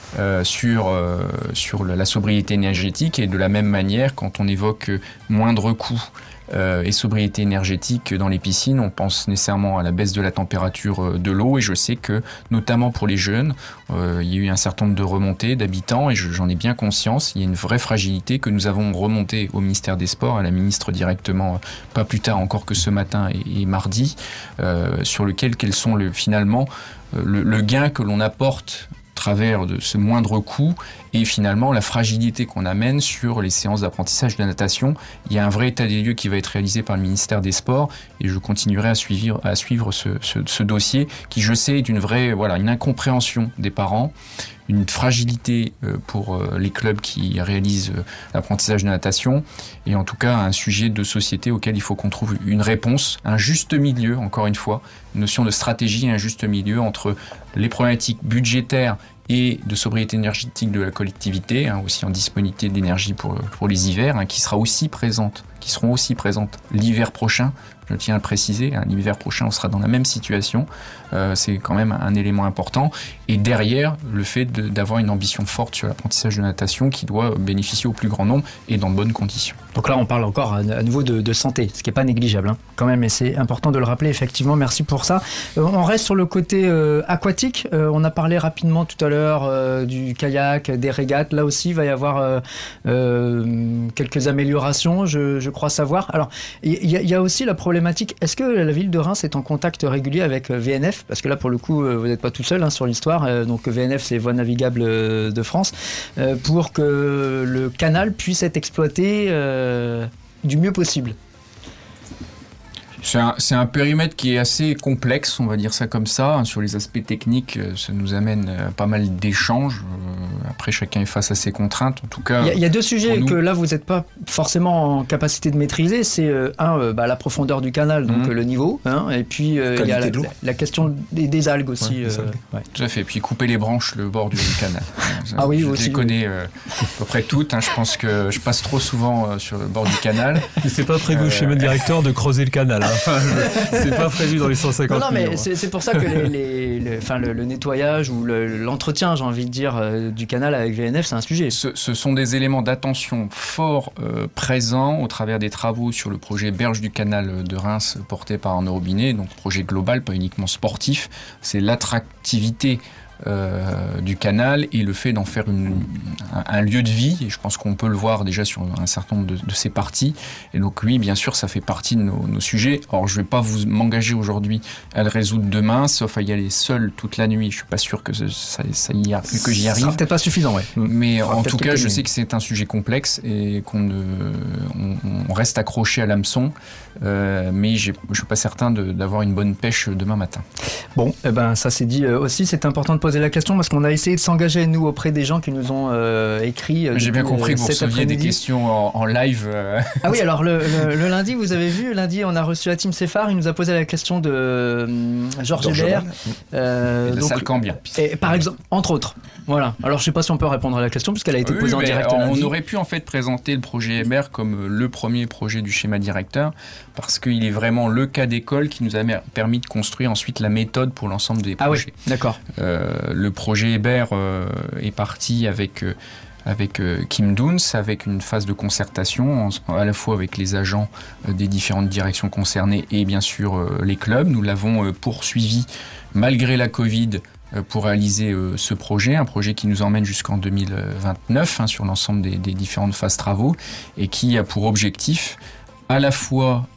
sur la sobriété énergétique, et de la même manière, quand on évoque moindre coût et sobriété énergétique dans les piscines, on pense nécessairement à la baisse de la température de l'eau, et je sais que notamment pour les jeunes, il y a eu un certain nombre de remontées d'habitants, et j'en ai bien conscience. Il y a une vraie fragilité que nous avons remontée au ministère des Sports, à la ministre directement, pas plus tard encore que ce matin et mardi, sur lequel quels sont finalement le gain que l'on apporte travers de ce moindre coût, et finalement la fragilité qu'on amène sur les séances d'apprentissage de la natation. Il y a un vrai état des lieux qui va être réalisé par le ministère des Sports, et je continuerai à suivre ce dossier qui, je sais, est une incompréhension des parents, une fragilité pour les clubs qui réalisent l'apprentissage de natation, et en tout cas un sujet de société auquel il faut qu'on trouve une réponse, un juste milieu, encore une fois, une notion de stratégie et un juste milieu entre les problématiques budgétaires et de sobriété énergétique de la collectivité, aussi en disponibilité d'énergie pour les hivers, qui seront aussi présentes l'hiver prochain. Je tiens à le préciser, l'hiver prochain, on sera dans la même situation. C'est quand même un élément important. Et derrière, le fait d'avoir une ambition forte sur l'apprentissage de natation qui doit bénéficier au plus grand nombre et dans de bonnes conditions. Donc là, on parle encore à nouveau de santé, ce qui n'est pas négligeable, quand même, et c'est important de le rappeler, effectivement. Merci pour ça. On reste sur le côté aquatique. On a parlé rapidement tout à l'heure du kayak, des régates. Là aussi, il va y avoir quelques améliorations, je crois savoir. Alors, il y a aussi la problématique, est-ce que la ville de Reims est en contact régulier avec VNF? Parce que là, pour le coup, vous n'êtes pas tout seul sur l'histoire. Donc VNF, c'est Voies navigables de France, pour que le canal puisse être exploité du mieux possible. C'est un périmètre qui est assez complexe, on va dire ça comme ça. Sur les aspects techniques, ça nous amène pas mal d'échanges après, chacun est face à ses contraintes. En tout cas, il y a deux sujets nous, que là, vous n'êtes pas forcément en capacité de maîtriser. C'est la profondeur du canal, donc le niveau, hein, et puis il y a la question des algues aussi. Ouais. Tout à fait. Et puis couper les branches, le bord du canal. Ah oui, je aussi. les connais à peu près toutes. Hein. Je pense que je passe trop souvent sur le bord du canal. C'est pas prévu au schéma directeur de creuser le canal. Hein. C'est pas prévu dans les 150 non, mais millions. c'est pour ça que le nettoyage ou l'entretien, j'ai envie de dire, du canal avec VNF, c'est un sujet. Ce sont des éléments d'attention fort présents au travers des travaux sur le projet Berge du canal de Reims porté par Arnaud Robinet, donc projet global, pas uniquement sportif. C'est l'attractivité du canal et le fait d'en faire un lieu de vie, et je pense qu'on peut le voir déjà sur un certain nombre de ces parties, et donc oui, bien sûr, ça fait partie de nos sujets. Or, je ne vais pas m'engager aujourd'hui à le résoudre demain, sauf à y aller seul toute la nuit. Je ne suis pas sûr que que j'y arrive. Ça sera peut-être pas suffisant, ouais. Mais en tout cas, je sais que c'est un sujet complexe et qu'on reste accroché à l'hameçon, mais je ne suis pas certain d'avoir une bonne pêche demain matin. Bon, ça c'est dit aussi, c'est important de poser la question parce qu'on a essayé de s'engager, nous, auprès des gens qui nous ont écrit. J'ai bien compris que vous receviez des questions en live. Ah oui, alors le lundi, vous avez vu, lundi, on a reçu Hatim Sefar, il nous a posé la question de Georges Hébert. La salle Cambien. Et, par exemple, entre autres. Voilà. Alors, je ne sais pas si on peut répondre à la question puisqu'elle a été posée en direct lundi. On aurait pu en fait présenter le projet Hébert comme le premier projet du schéma directeur parce qu'il est vraiment le cas d'école qui nous a permis de construire ensuite la méthode pour l'ensemble des projets. Ah oui, d'accord. Le projet Hébert est parti avec Kim Duns, avec une phase de concertation, à la fois avec les agents des différentes directions concernées et bien sûr les clubs. Nous l'avons poursuivi malgré la Covid pour réaliser ce projet, un projet qui nous emmène jusqu'en 2029 sur l'ensemble des différentes phases travaux et qui a pour objectif à la fois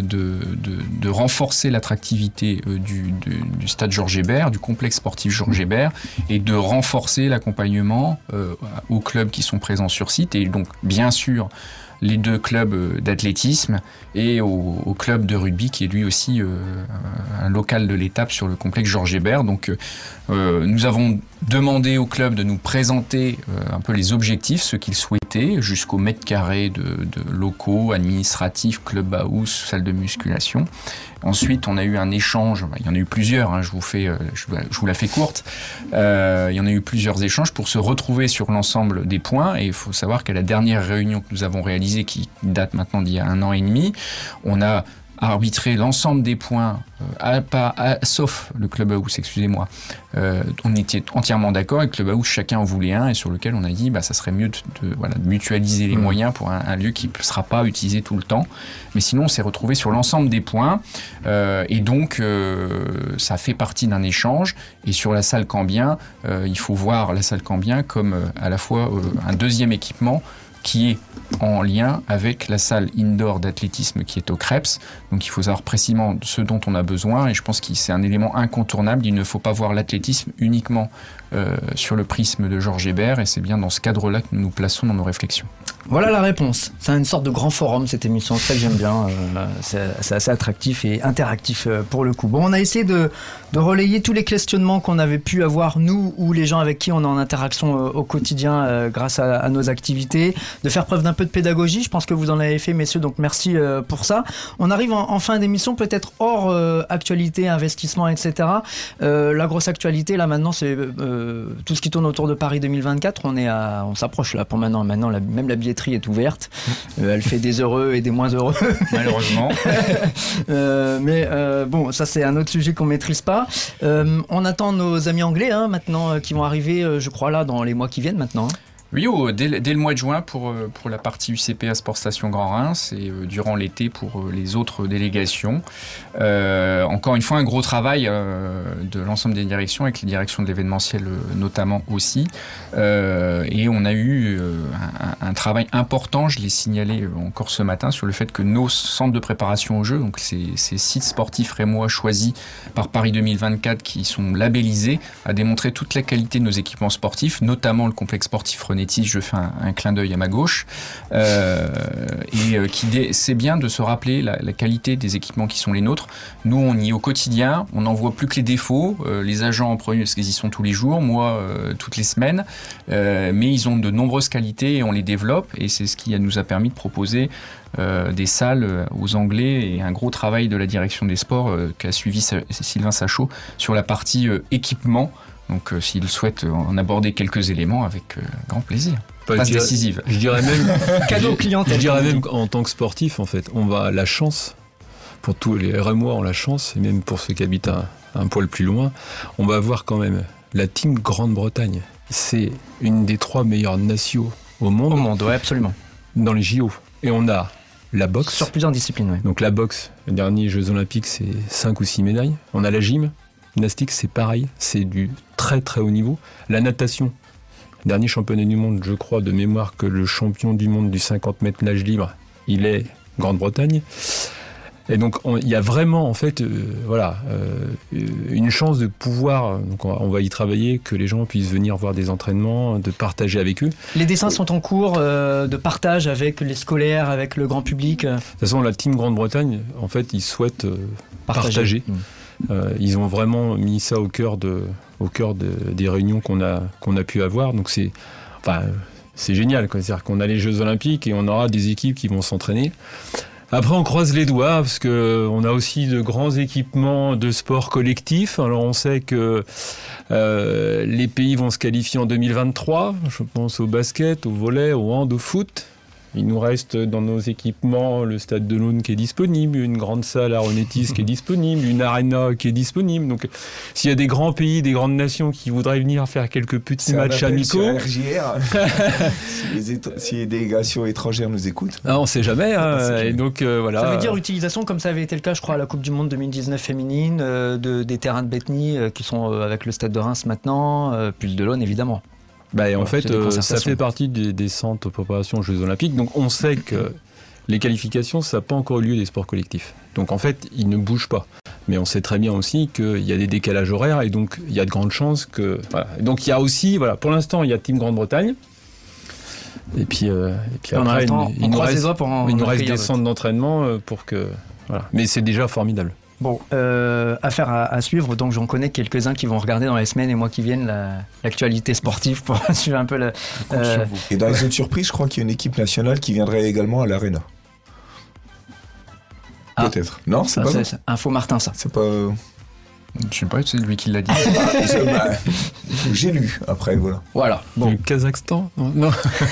de renforcer l'attractivité du stade Georges Hébert, du complexe sportif Georges Hébert, et de renforcer l'accompagnement aux clubs qui sont présents sur site, et donc bien sûr les deux clubs d'athlétisme et au club de rugby qui est lui aussi un local de l'étape sur le complexe Georges Hébert. Donc nous avons demandé au club de nous présenter un peu les objectifs, ce qu'ils souhaitaient, jusqu'au mètre carré de locaux, administratifs, clubhouse, salle de musculation. Ensuite, on a eu un échange, il y en a eu plusieurs, je vous la fais courte, il y en a eu plusieurs échanges pour se retrouver sur l'ensemble des points, et il faut savoir qu'à la dernière réunion que nous avons réalisée, qui date maintenant d'il y a 1 an et demi, on a arbitré l'ensemble des points, sauf le clubhouse, excusez-moi. On était entièrement d'accord avec le clubhouse, chacun en voulait un, et sur lequel on a dit ça serait mieux de mutualiser les moyens pour un lieu qui ne sera pas utilisé tout le temps. Mais sinon, on s'est retrouvé sur l'ensemble des points, et donc ça fait partie d'un échange. Et sur la salle Cambien, il faut voir la salle Cambien comme à la fois un deuxième équipement qui est en lien avec la salle indoor d'athlétisme qui est au Krebs. Donc il faut savoir précisément ce dont on a besoin, et je pense que c'est un élément incontournable. Il ne faut pas voir l'athlétisme uniquement sur le prisme de Georges Hébert, et c'est bien dans ce cadre-là que nous nous plaçons dans nos réflexions. Voilà la réponse. C'est une sorte de grand forum, cette émission. C'est ça que j'aime bien. C'est assez attractif et interactif pour le coup. Bon, on a essayé de relayer tous les questionnements qu'on avait pu avoir, nous ou les gens avec qui on est en interaction au quotidien grâce à nos activités, de faire preuve d'un peu de pédagogie. Je pense que vous en avez fait, messieurs, donc merci pour ça. On arrive en fin d'émission, peut-être hors actualité, investissement, etc. La grosse actualité, là, maintenant, c'est tout ce qui tourne autour de Paris 2024. On s'approche là pour maintenant. Maintenant, même la billetterie est ouverte. Elle fait des heureux et des moins heureux. Malheureusement. Mais bon, ça c'est un autre sujet qu'on maîtrise pas. On attend nos amis anglais maintenant qui vont arriver, je crois là, dans les mois qui viennent maintenant. Oui, dès le mois de juin pour la partie UCPA Sport Station Grand Reims, et durant l'été pour les autres délégations. Encore une fois, un gros travail de l'ensemble des directions, avec les directions de l'événementiel notamment aussi. Et on a eu un travail important, je l'ai signalé encore ce matin, sur le fait que nos centres de préparation aux Jeux, donc ces sites sportifs rémois choisis par Paris 2024 qui sont labellisés, a démontré toute la qualité de nos équipements sportifs, notamment le complexe sportif René Aronetis, je fais un clin d'œil à ma gauche, c'est bien de se rappeler la qualité des équipements qui sont les nôtres. Nous, on y est au quotidien, on n'en voit plus que les défauts, les agents en premier parce qu'ils y sont tous les jours, moi toutes les semaines, mais ils ont de nombreuses qualités et on les développe, et c'est ce qui nous a permis de proposer des salles aux Anglais, et un gros travail de la direction des sports qu'a suivi Sylvain Sachot sur la partie équipement. Donc s'il souhaite en aborder quelques éléments, avec grand plaisir. Passe décisive. Je dirais même cadeau clientèle. Je dirais même en tant que sportif, en fait, on va la chance, pour tous les Rémois ont la chance, et même pour ceux qui habitent un poil plus loin, on va avoir quand même la team Grande-Bretagne. C'est une des 3 meilleures nations au monde. Au monde, ouais, absolument. Dans les JO. Et on a la boxe. Sur plusieurs disciplines, oui. Donc la boxe, les derniers Jeux Olympiques, c'est 5 ou 6 médailles. On a la gymnastique, c'est pareil, c'est du très très haut niveau. La natation, dernier championnat du monde, je crois, de mémoire, que le champion du monde du 50 mètres nage libre, il est Grande-Bretagne. Et donc il y a vraiment en fait une chance de pouvoir, donc on va y travailler, que les gens puissent venir voir des entraînements, de partager avec eux. Les dessins sont en cours de partage avec les scolaires, avec le grand public. De toute façon, la team Grande-Bretagne, en fait, ils souhaitent partager. Ils ont vraiment mis ça au cœur des réunions qu'on a pu avoir. Donc c'est génial, quoi. C'est-à-dire qu'on a les Jeux Olympiques et on aura des équipes qui vont s'entraîner. Après, on croise les doigts parce qu'on a aussi de grands équipements de sport collectif. Alors, on sait que les pays vont se qualifier en 2023. Je pense au basket, au volley, au hand, au foot. Il nous reste dans nos équipements le stade de l'Aune qui est disponible, une grande salle à Aronetis qui est disponible, une arena qui est disponible. Donc, s'il y a des grands pays, des grandes nations qui voudraient venir faire quelques petits matchs amicaux... Si les délégations étrangères nous écoutent. Ah, on ne sait jamais. Et donc, voilà. Ça veut dire utilisation, comme ça avait été le cas, je crois, à la Coupe du Monde 2019 féminine, des terrains de Bethany qui sont avec le stade de Reims maintenant, plus de l'Aune, évidemment. En fait, ça fait partie des centres de préparation aux Jeux Olympiques. Donc, on sait que les qualifications, ça n'a pas encore eu lieu des sports collectifs. Donc, en fait, ils ne bougent pas. Mais on sait très bien aussi qu'il y a des décalages horaires et donc il y a de grandes chances que... Voilà. Donc, il y a aussi... Voilà, pour l'instant, il y a Team Grande-Bretagne. Et puis après, il nous reste des centres d'entraînement pour que... Voilà. Mais c'est déjà formidable. Bon, affaire à suivre, donc j'en connais quelques-uns qui vont regarder dans les semaines et mois qui viennent l'actualité sportive pour suivre un peu la... Et dans les autres surprises, je crois qu'il y a une équipe nationale qui viendrait également à l'Arena. Peut-être. Non, c'est pas ça. Info Martin, ça. C'est pas... Je sais pas, c'est lui qui l'a dit. J'ai lu, après, voilà. Voilà. Bon. Le Kazakhstan ? Non.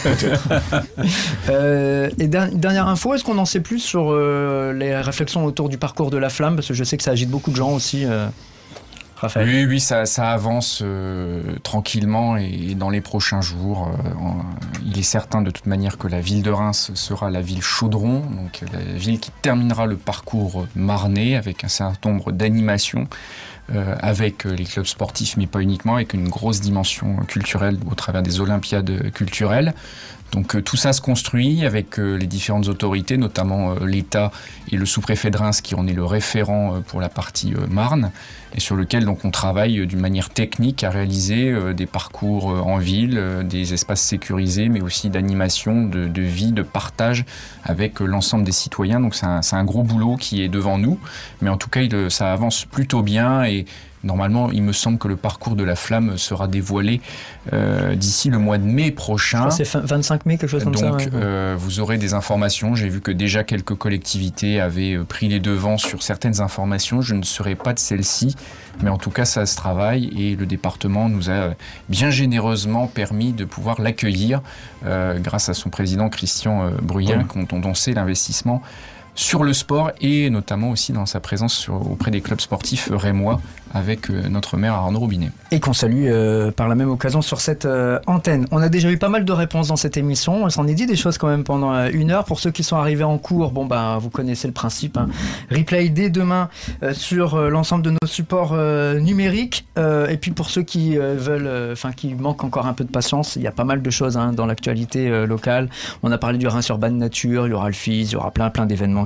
Et dernière info, est-ce qu'on en sait plus sur les réflexions autour du parcours de la flamme ? Parce que je sais que ça agite beaucoup de gens aussi. Raphaël. Oui, ça avance tranquillement et dans les prochains jours. Il est certain de toute manière que la ville de Reims sera la ville chaudron, donc la ville qui terminera le parcours marnais avec un certain nombre d'animations, avec les clubs sportifs, mais pas uniquement, avec une grosse dimension culturelle au travers des Olympiades culturelles. Donc tout ça se construit avec les différentes autorités, notamment l'État et le sous-préfet de Reims qui en est le référent pour la partie Marne, et sur lequel donc on travaille d'une manière technique à réaliser des parcours en ville, des espaces sécurisés, mais aussi d'animation, de vie, de partage avec l'ensemble des citoyens. Donc c'est un gros boulot qui est devant nous, mais en tout cas ça avance plutôt bien et normalement, il me semble que le parcours de la flamme sera dévoilé d'ici le mois de mai prochain. Je crois que c'est 25 mai, quelque chose comme ça. Donc, vous aurez des informations. J'ai vu que déjà quelques collectivités avaient pris les devants sur certaines informations. Je ne serai pas de celle-ci, mais en tout cas, ça se travaille et le département nous a bien généreusement permis de pouvoir l'accueillir grâce à son président Christian Bruyens, dont on sait l'investissement sur le sport et notamment aussi dans sa présence auprès des clubs sportifs rémois avec notre maire Arnaud Robinet. Et qu'on salue par la même occasion sur cette antenne. On a déjà eu pas mal de réponses dans cette émission. On s'en est dit des choses quand même pendant 1 heure. Pour ceux qui sont arrivés en cours, vous connaissez le principe. Replay dès demain sur l'ensemble de nos supports numériques. Et puis pour ceux qui qui manquent encore un peu de patience, il y a pas mal de choses dans l'actualité locale. On a parlé du Reims Urban Nature, il y aura le FIS, il y aura plein d'événements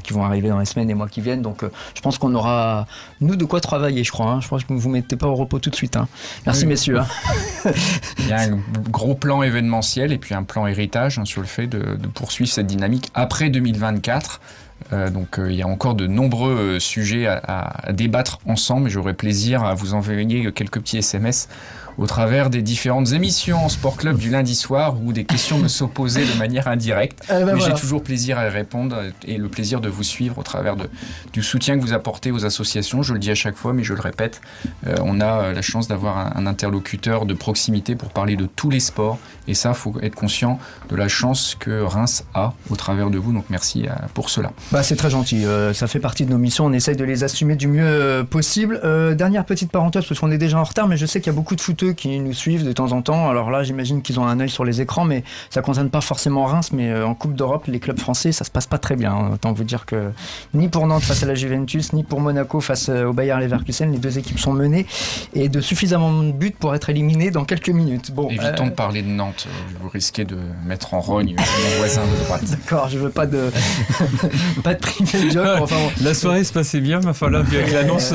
qui vont arriver dans les semaines et mois qui viennent. Donc je pense qu'on aura, nous, de quoi travailler, je crois. Hein. Je pense que vous ne vous mettez pas au repos tout de suite. Hein. Merci, messieurs. Hein. Il y a un gros plan événementiel et puis un plan héritage sur le fait de poursuivre cette dynamique après 2024. Donc il y a encore de nombreux sujets à débattre ensemble et j'aurai plaisir à vous envoyer quelques petits SMS au travers des différentes émissions en Sport Club du lundi soir où des questions me sont posées de manière indirecte. Mais j'ai toujours plaisir à y répondre et le plaisir de vous suivre au travers du soutien que vous apportez aux associations. Je le dis à chaque fois, mais je le répète, on a la chance d'avoir un interlocuteur de proximité pour parler de tous les sports. Et ça, il faut être conscient de la chance que Reims a au travers de vous. Donc merci pour cela. C'est très gentil. Ça fait partie de nos missions. On essaye de les assumer du mieux possible. Dernière petite parenthèse, parce qu'on est déjà en retard, mais je sais qu'il y a beaucoup de footeux qui nous suivent de temps en temps. Alors là, j'imagine qu'ils ont un œil sur les écrans, mais ça ne concerne pas forcément Reims. Mais en Coupe d'Europe, les clubs français, ça se passe pas très bien. Hein. Autant vous dire que ni pour Nantes face à la Juventus, ni pour Monaco face au Bayer Leverkusen, les deux équipes sont menées et de suffisamment de buts pour être éliminées dans quelques minutes. Bon, évitons de parler de Nantes. Vous risquez de mettre en rogne mon voisin de droite. D'accord, je veux pas de pas de privé job. Enfin, bon. La soirée se passait bien, mais enfin là, avec l'annonce,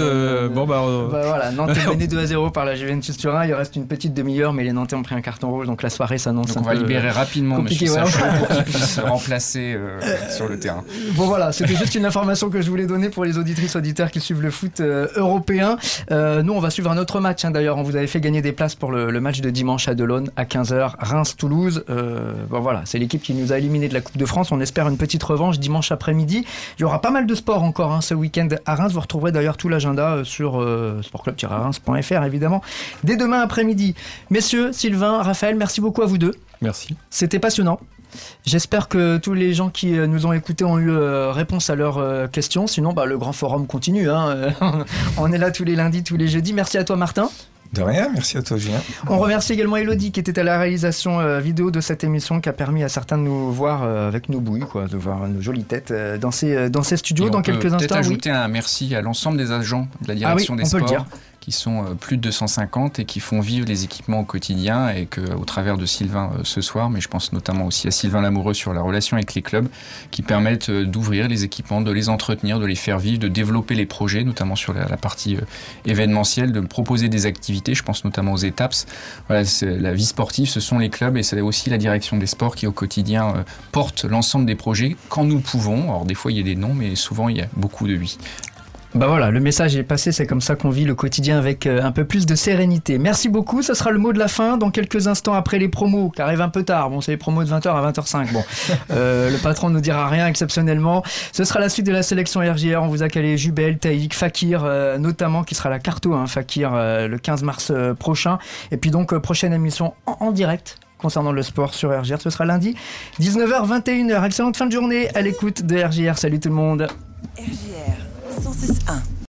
voilà, Nantes est mené 2-0 par la Juventus Turin. Il reste une petite demi-heure, mais les Nantais ont pris un carton rouge, donc la soirée s'annonce donc un on va peu libérer rapidement Monsieur Sachot pour qu'il puisse se remplacer sur le terrain. Bon voilà, c'était juste une information que je voulais donner pour les auditrices auditeurs qui suivent le foot européen. Nous, on va suivre un autre match. D'ailleurs, on vous avait fait gagner des places pour le match de dimanche à Delaune à 15h, Reims-Toulouse. Voilà, c'est l'équipe qui nous a éliminés de la Coupe de France. On espère une petite revanche dimanche après-midi. Il y aura pas mal de sport encore ce week-end à Reims. Vous retrouverez d'ailleurs tout l'agenda sur sportclub-reims.fr évidemment dès demain après-midi. Messieurs, Sylvain, Raphaël, merci beaucoup à vous deux. Merci. C'était passionnant. J'espère que tous les gens qui nous ont écoutés ont eu réponse à leurs questions. Sinon, le grand forum continue. Hein. On est là tous les lundis, tous les jeudis. Merci à toi, Martin. De rien, merci à toi, Julien. On remercie également Elodie qui était à la réalisation vidéo de cette émission, qui a permis à certains de nous voir avec nos bouilles, de voir nos jolies têtes dans ces studios. Dans quelques instants, peut-être ajouter un merci à l'ensemble des agents de la direction des sports, qui sont plus de 250 et qui font vivre les équipements au quotidien, et qu'au travers de Sylvain ce soir, mais je pense notamment aussi à Sylvain Lamoureux sur la relation avec les clubs, qui permettent d'ouvrir les équipements, de les entretenir, de les faire vivre, de développer les projets, notamment sur la partie événementielle, de proposer des activités, je pense notamment aux étapes. Voilà, la vie sportive, ce sont les clubs, et c'est aussi la direction des sports qui au quotidien porte l'ensemble des projets quand nous le pouvons. Alors des fois il y a des non, mais souvent il y a beaucoup de oui. Voilà, le message est passé, c'est comme ça qu'on vit le quotidien avec un peu plus de sérénité. Merci beaucoup, ce sera le mot de la fin dans quelques instants après les promos, qui arrivent un peu tard. Bon, c'est les promos de 20h à 20h05. Bon, le patron ne nous dira rien exceptionnellement. Ce sera la suite de la sélection RJR. On vous a calé Jubel, Taïk, Fakir, notamment, qui sera la Carto, Fakir, le 15 mars prochain. Et puis donc, prochaine émission en direct concernant le sport sur RJR. Ce sera lundi, 19h, 21h. Excellente fin de journée à l'écoute de RJR. Salut tout le monde. RJR 106.1